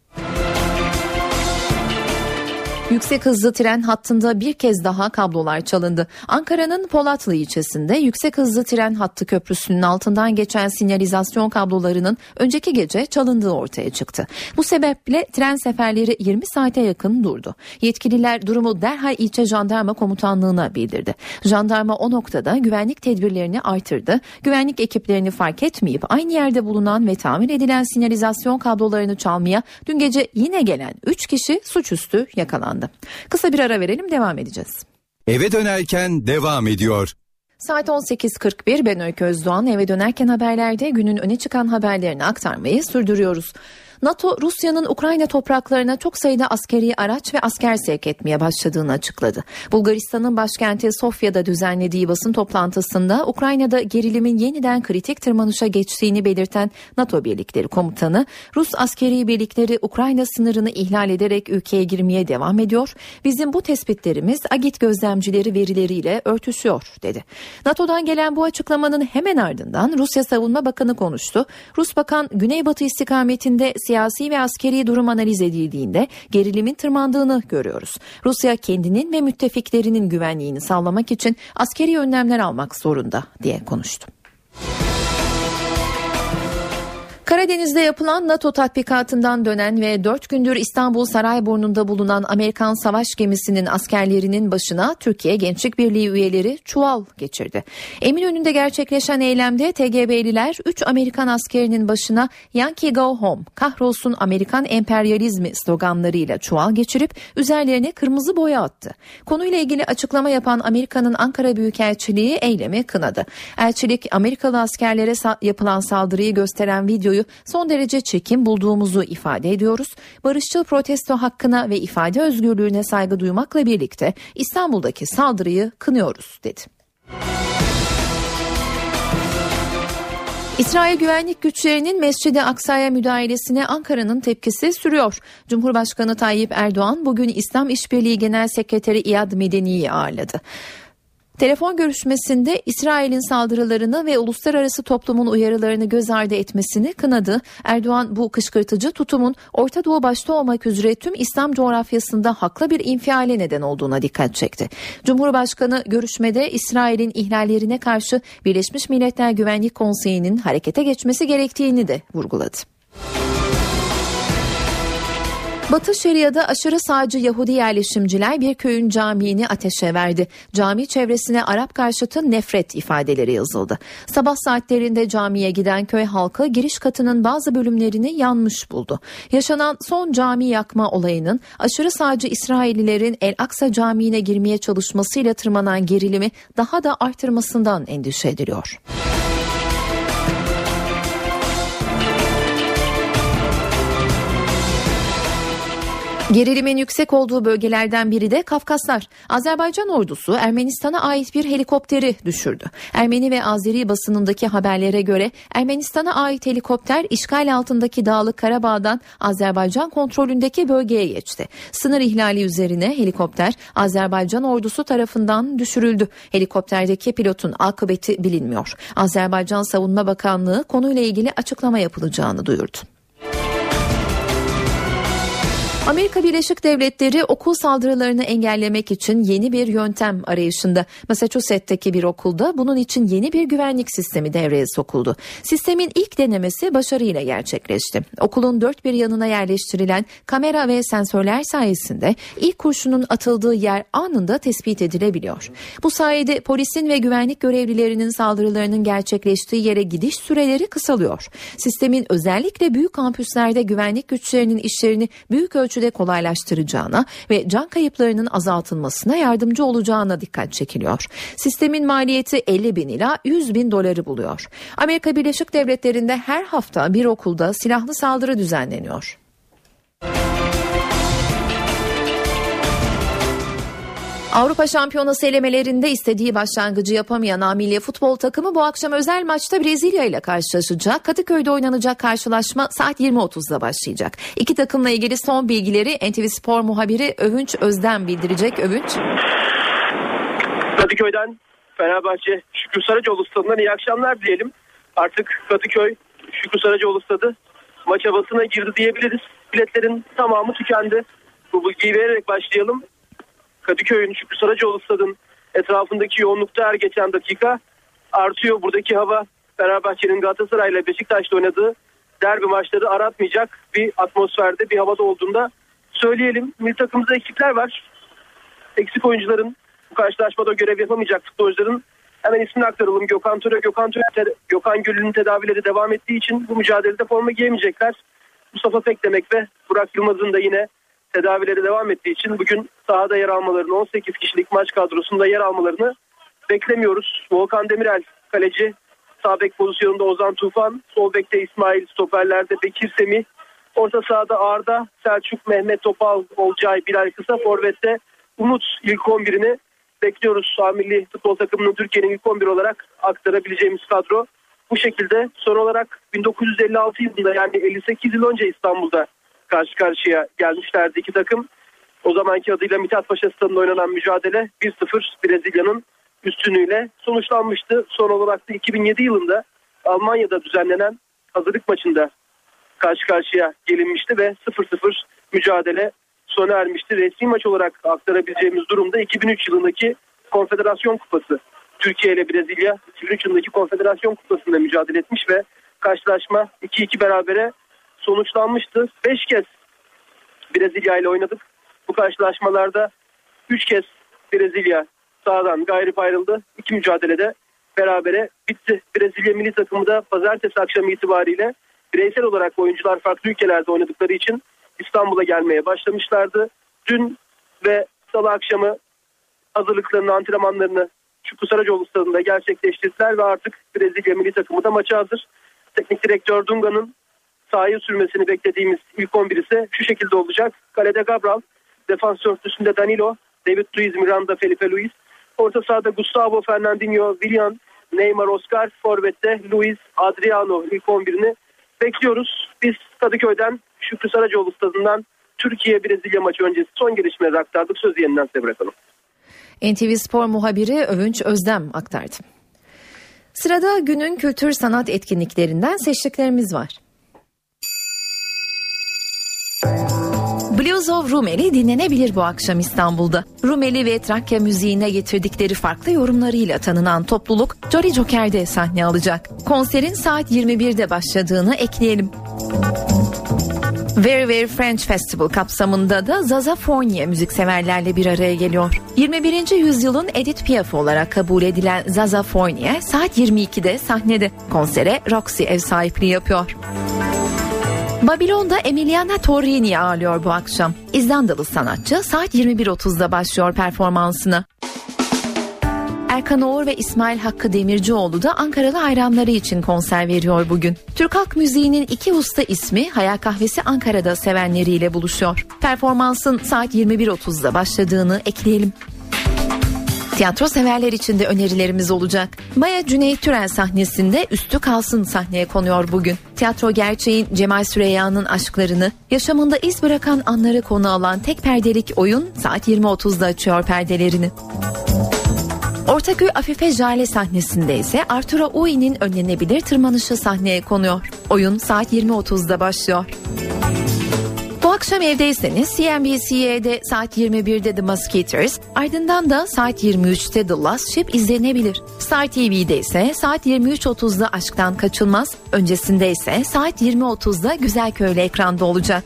Yüksek hızlı tren hattında bir kez daha kablolar çalındı. Ankara'nın Polatlı ilçesinde yüksek hızlı tren hattı köprüsünün altından geçen sinyalizasyon kablolarının önceki gece çalındığı ortaya çıktı. Bu sebeple tren seferleri yirmi saate yakın durdu. Yetkililer durumu derhal ilçe jandarma komutanlığına bildirdi. Jandarma o noktada güvenlik tedbirlerini artırdı. Güvenlik ekiplerini fark etmeyip aynı yerde bulunan ve tamir edilen sinyalizasyon kablolarını çalmaya dün gece yine gelen üç kişi suçüstü yakalandı. Kısa bir ara verelim, devam edeceğiz. Eve dönerken devam ediyor. Saat on sekiz kırk bir, ben Öykü Özdoğan. Eve dönerken haberlerde günün öne çıkan haberlerini aktarmayı sürdürüyoruz. NATO, Rusya'nın Ukrayna topraklarına çok sayıda askeri araç ve asker sevk etmeye başladığını açıkladı. Bulgaristan'ın başkenti Sofya'da düzenlediği basın toplantısında Ukrayna'da gerilimin yeniden kritik tırmanışa geçtiğini belirten NATO birlikleri komutanı, Rus askeri birlikleri Ukrayna sınırını ihlal ederek ülkeye girmeye devam ediyor. Bizim bu tespitlerimiz Agit gözlemcileri verileriyle örtüşüyor, dedi. NATO'dan gelen bu açıklamanın hemen ardından Rusya Savunma Bakanı konuştu. Rus Bakan, Güneybatı istikametinde siyasi ve askeri durum analiz edildiğinde gerilimin tırmandığını görüyoruz. Rusya kendinin ve müttefiklerinin güvenliğini sağlamak için askeri önlemler almak zorunda, diye konuştu. Karadeniz'de yapılan NATO tatbikatından dönen ve dört gündür İstanbul Sarayburnu'nda bulunan Amerikan savaş gemisinin askerlerinin başına Türkiye Gençlik Birliği üyeleri çuval geçirdi. Eminönü'nde gerçekleşen eylemde T G B'liler üç Amerikan askerinin başına Yankee Go Home, kahrolsun Amerikan emperyalizmi sloganlarıyla çuval geçirip üzerlerine kırmızı boya attı. Konuyla ilgili açıklama yapan Amerika'nın Ankara Büyükelçiliği eylemi kınadı. Elçilik, Amerikalı askerlere sa- yapılan saldırıyı gösteren videoyu son derece çirkin bulduğumuzu ifade ediyoruz. Barışçıl protesto hakkına ve ifade özgürlüğüne saygı duymakla birlikte İstanbul'daki saldırıyı kınıyoruz, dedi. İsrail güvenlik güçlerinin Mescid-i Aksa'ya müdahalesine Ankara'nın tepkisi sürüyor. Cumhurbaşkanı Tayyip Erdoğan bugün İslam İşbirliği Genel Sekreteri İyad Medeni'yi ağırladı. Telefon görüşmesinde İsrail'in saldırılarını ve uluslararası toplumun uyarılarını göz ardı etmesini kınadı. Erdoğan bu kışkırtıcı tutumun Orta Doğu başta olmak üzere tüm İslam coğrafyasında haklı bir infiale neden olduğuna dikkat çekti. Cumhurbaşkanı görüşmede İsrail'in ihlallerine karşı Birleşmiş Milletler Güvenlik Konseyi'nin harekete geçmesi gerektiğini de vurguladı. Batı Şeria'da aşırı sağcı Yahudi yerleşimciler bir köyün camiini ateşe verdi. Cami çevresine Arap karşıtı nefret ifadeleri yazıldı. Sabah saatlerinde camiye giden köy halkı giriş katının bazı bölümlerini yanmış buldu. Yaşanan son cami yakma olayının aşırı sağcı İsraillilerin El Aksa Camii'ne girmeye çalışmasıyla tırmanan gerilimi daha da artırmasından endişe ediliyor. Gerilimin yüksek olduğu bölgelerden biri de Kafkaslar. Azerbaycan ordusu Ermenistan'a ait bir helikopteri düşürdü. Ermeni ve Azeri basınındaki haberlere göre Ermenistan'a ait helikopter işgal altındaki Dağlık Karabağ'dan Azerbaycan kontrolündeki bölgeye geçti. Sınır ihlali üzerine helikopter Azerbaycan ordusu tarafından düşürüldü. Helikopterdeki pilotun akıbeti bilinmiyor. Azerbaycan Savunma Bakanlığı konuyla ilgili açıklama yapılacağını duyurdu. Amerika Birleşik Devletleri okul saldırılarını engellemek için yeni bir yöntem arayışında. Massachusetts'teki bir okulda bunun için yeni bir güvenlik sistemi devreye sokuldu. Sistemin ilk denemesi başarıyla gerçekleşti. Okulun dört bir yanına yerleştirilen kamera ve sensörler sayesinde ilk kurşunun atıldığı yer anında tespit edilebiliyor. Bu sayede polisin ve güvenlik görevlilerinin saldırılarının gerçekleştiği yere gidiş süreleri kısalıyor. Sistemin özellikle büyük kampüslerde güvenlik güçlerinin işlerini büyük ölçüde ölçüde kolaylaştıracağına ve can kayıplarının azaltılmasına yardımcı olacağına dikkat çekiliyor. Sistemin maliyeti elli bin ila yüz bin doları buluyor. Amerika Birleşik Devletleri'nde her hafta bir okulda silahlı saldırı düzenleniyor. Avrupa Şampiyonası elemelerinde istediği başlangıcı yapamayan A Milli Futbol takımı bu akşam özel maçta Brezilya ile karşılaşacak. Kadıköy'de oynanacak karşılaşma saat yirmi otuzda başlayacak. İki takımla ilgili son bilgileri N T V Spor muhabiri Övünç Özden bildirecek. Övünç. Kadıköy'den Fenerbahçe Şükrü Saracoğlu stadından iyi akşamlar diyelim. Artık Kadıköy Şükrü Saracoğlu stadı maç havasına girdi diyebiliriz. Biletlerin tamamı tükendi. Bu bilgiyi vererek başlayalım. Kadıköy'ün Şükrü Saracoğlu stadının etrafındaki yoğunlukta her geçen dakika artıyor. Buradaki hava Fenerbahçe'nin Galatasaray ile Beşiktaş'ta oynadığı derbi maçları aratmayacak bir atmosferde, bir havada olduğunda söyleyelim. Milli takımımızda eksikler var. Eksik oyuncuların, bu karşılaşmada görev yapamayacak futbolcuların hemen ismini aktaralım. Gökhan Töre, Gökhan Töre, Gökhan Gül'ün tedavileri devam ettiği için bu mücadelede forma giyemeyecekler. Mustafa Pekdemek ve Burak Yılmaz'ın da yine tedavileri devam ettiği için bugün sahada yer almalarını, on sekiz kişilik maç kadrosunda yer almalarını beklemiyoruz. Volkan Demirel kaleci, sağ bek pozisyonunda Ozan Tufan, sol bekte İsmail, stoperlerde Bekir Semih, Orta sahada Arda, Selçuk, Mehmet Topal, Olcay, Bilal Kısa, forvette Umut ilk on birini bekliyoruz. A Milli Futbol Takımının Türkiye'nin ilk on bir olarak aktarabileceğimiz kadro bu şekilde. Son olarak bin dokuz yüz elli altı yılında, yani elli sekiz yıl önce İstanbul'da karşı karşıya gelmişlerdi iki takım. O zamanki adıyla Mithat Paşa Stadı'nda oynanan mücadele bir sıfır Brezilya'nın üstünlüğüyle sonuçlanmıştı. Son olarak da iki bin yedi yılında Almanya'da düzenlenen hazırlık maçında karşı karşıya gelinmişti ve sıfır sıfır mücadele sona ermişti. Resmi maç olarak aktarabileceğimiz durumda iki bin üç yılındaki Konfederasyon Kupası. Türkiye ile Brezilya iki bin üç yılındaki Konfederasyon Kupası'nda mücadele etmiş ve karşılaşma iki iki berabere sonuçlanmıştı. beş kez Brezilya ile oynadık. Bu karşılaşmalarda üç kez Brezilya sahadan gayrı ayrıldı. İki mücadelede berabere bitti. Brezilya milli takımı da pazartesi akşamı itibariyle bireysel olarak oyuncular farklı ülkelerde oynadıkları için İstanbul'a gelmeye başlamışlardı. Dün ve salı akşamı hazırlıklarını, antrenmanlarını Şükrü Saracoğlu stadında gerçekleştirdiler ve artık Brezilya milli takımı da maça hazır. Teknik direktör Dunga'nın sahaya sürmesini beklediğimiz ilk on bir ise şu şekilde olacak. Kalede Cabral, defans dörtlüsünde Danilo, David Luiz, Miranda, Felipe Luiz. Orta sahada Gustavo, Fernandinho, Willian, Neymar, Oscar, forvette Luiz, Adriano ilk on birini bekliyoruz. Biz Kadıköy'den Şükrü Saracoğlu stadından Türkiye-Brezilya maçı öncesi son gelişmeleri aktardık. Sözü yeniden size bırakalım. N T V Spor muhabiri Övünç Özdem aktardı. Sırada günün kültür sanat etkinliklerinden seçtiklerimiz var. Blues of Rumeli dinlenebilir bu akşam İstanbul'da. Rumeli ve Trakya müziğine getirdikleri farklı yorumlarıyla tanınan topluluk Jolly Joker'de sahne alacak. Konserin saat yirmi birde başladığını ekleyelim. Very Very French Festival kapsamında da Zaza Fournier müzikseverlerle bir araya geliyor. yirmi birinci yüzyılın Edith Piaf olarak kabul edilen Zaza Fournier saat yirmi ikide sahnede. Konsere Roxy ev sahipliği yapıyor. Babilon'da Emiliana Torrini ağırlıyor bu akşam. İzlandalı sanatçı saat yirmi bir otuzda başlıyor performansına. Erkan Oğur ve İsmail Hakkı Demircioğlu da Ankaralı hayranları için konser veriyor bugün. Türk halk müziğinin iki usta ismi Hayal Kahvesi Ankara'da sevenleriyle buluşuyor. Performansın saat yirmi bir otuzda başladığını ekleyelim. Tiyatro severler için de önerilerimiz olacak. Maya Cüneyt Türel sahnesinde Üstü Kalsın sahneye konuyor bugün. Tiyatro gerçeğin Cemal Süreyya'nın aşklarını, yaşamında iz bırakan anları konu alan tek perdelik oyun saat yirmi otuzda açıyor perdelerini. Ortaköy Afife Jale sahnesinde ise Arturo Ui'nin önlenebilir tırmanışı sahneye konuyor. Oyun saat yirmi otuzda başlıyor. Bu akşam evdeyseniz C N B C'de saat yirmi birde The Mosquitoes, ardından da saat yirmi üçte The Last Ship izlenebilir. Star T V'de ise saat yirmi üç otuzda Aşktan Kaçılmaz, öncesinde ise saat yirmi otuzda Güzelköylü ekranda olacak.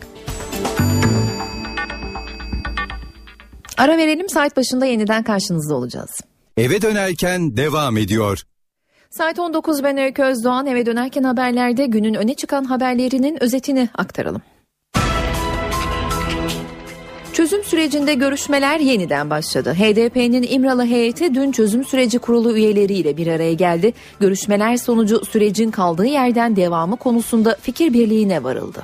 Ara verelim, saat başında yeniden karşınızda olacağız. Eve dönerken devam ediyor. Saat on dokuz, ben Öykü Özdoğan. Eve dönerken haberlerde günün öne çıkan haberlerinin özetini aktaralım. Çözüm sürecinde görüşmeler yeniden başladı. H D P'nin İmralı heyeti dün çözüm süreci kurulu üyeleriyle bir araya geldi. Görüşmeler sonucu sürecin kaldığı yerden devamı konusunda fikir birliğine varıldı.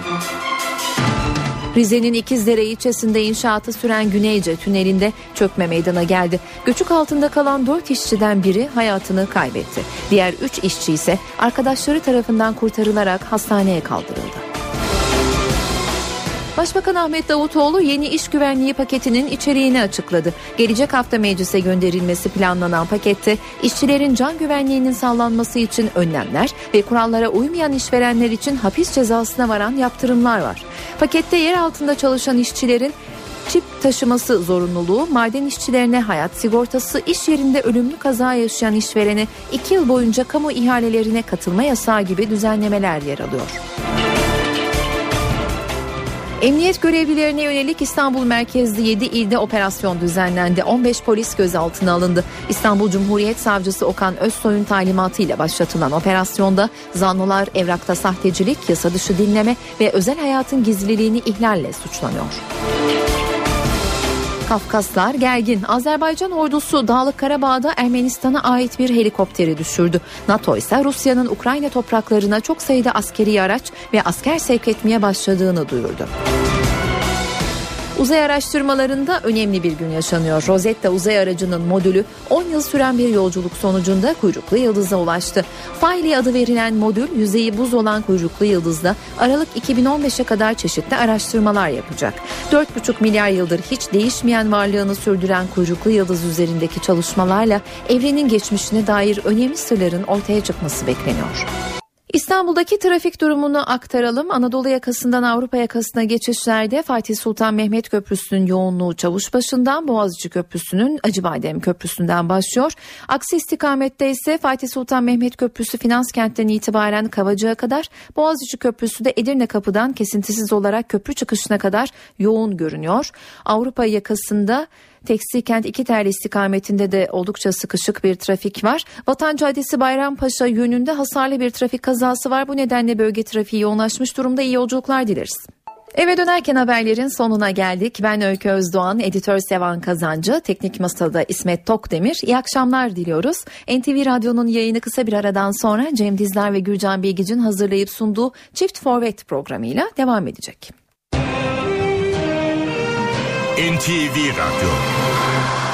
Rize'nin İkizdere ilçesinde inşaatı süren Güneyce tünelinde çökme meydana geldi. Göçük altında kalan dört işçiden biri hayatını kaybetti. Diğer üç işçi ise arkadaşları tarafından kurtarılarak hastaneye kaldırıldı. Başbakan Ahmet Davutoğlu yeni iş güvenliği paketinin içeriğini açıkladı. Gelecek hafta meclise gönderilmesi planlanan pakette işçilerin can güvenliğinin sağlanması için önlemler ve kurallara uymayan işverenler için hapis cezasına varan yaptırımlar var. Pakette yer altında çalışan işçilerin çip taşıması zorunluluğu, maden işçilerine hayat sigortası, iş yerinde ölümlü kaza yaşayan işverene iki yıl boyunca kamu ihalelerine katılma yasağı gibi düzenlemeler yer alıyor. Emniyet görevlilerine yönelik İstanbul merkezli yedi ilde operasyon düzenlendi. on beş polis gözaltına alındı. İstanbul Cumhuriyet Savcısı Okan Özsoy'un talimatıyla başlatılan operasyonda zanlılar evrakta sahtecilik, yasa dışı dinleme ve özel hayatın gizliliğini ihlalle suçlanıyor. Kafkaslar gergin. Azerbaycan ordusu Dağlık Karabağ'da Ermenistan'a ait bir helikopteri düşürdü. NATO ise Rusya'nın Ukrayna topraklarına çok sayıda askeri araç ve asker sevk etmeye başladığını duyurdu. Uzay araştırmalarında önemli bir gün yaşanıyor. Rosetta uzay aracının modülü on yıl süren bir yolculuk sonucunda kuyruklu yıldıza ulaştı. Philae adı verilen modül yüzeyi buz olan kuyruklu yıldızda Aralık iki bin on beşe kadar çeşitli araştırmalar yapacak. dört buçuk milyar yıldır hiç değişmeyen varlığını sürdüren kuyruklu yıldız üzerindeki çalışmalarla evrenin geçmişine dair önemli sırların ortaya çıkması bekleniyor. İstanbul'daki trafik durumunu aktaralım. Anadolu yakasından Avrupa yakasına geçişlerde Fatih Sultan Mehmet Köprüsü'nün yoğunluğu Çavuşbaşı'ndan, Boğaziçi Köprüsü'nün Acıbadem Köprüsü'nden başlıyor. Aksi istikamette ise Fatih Sultan Mehmet Köprüsü Finanskent'ten itibaren Kavacık'a kadar, Boğaziçi Köprüsü de Edirne Kapı'dan kesintisiz olarak köprü çıkışına kadar yoğun görünüyor. Avrupa yakasında Tekstilkent İkiterli istikametinde de oldukça sıkışık bir trafik var. Vatan Caddesi Bayrampaşa yönünde hasarlı bir trafik kazası var. Bu nedenle bölge trafiği yoğunlaşmış durumda. İyi yolculuklar dileriz. Eve dönerken haberlerin sonuna geldik. Ben Öykü Özdoğan, editör Sevan Kazancı, teknik masada İsmet Tokdemir. İyi akşamlar diliyoruz. N T V Radyo'nun yayını kısa bir aradan sonra Cem Dizler ve Gürcan Bilgic'in hazırlayıp sunduğu Çift Forvet programıyla devam edecek. N T V Radyo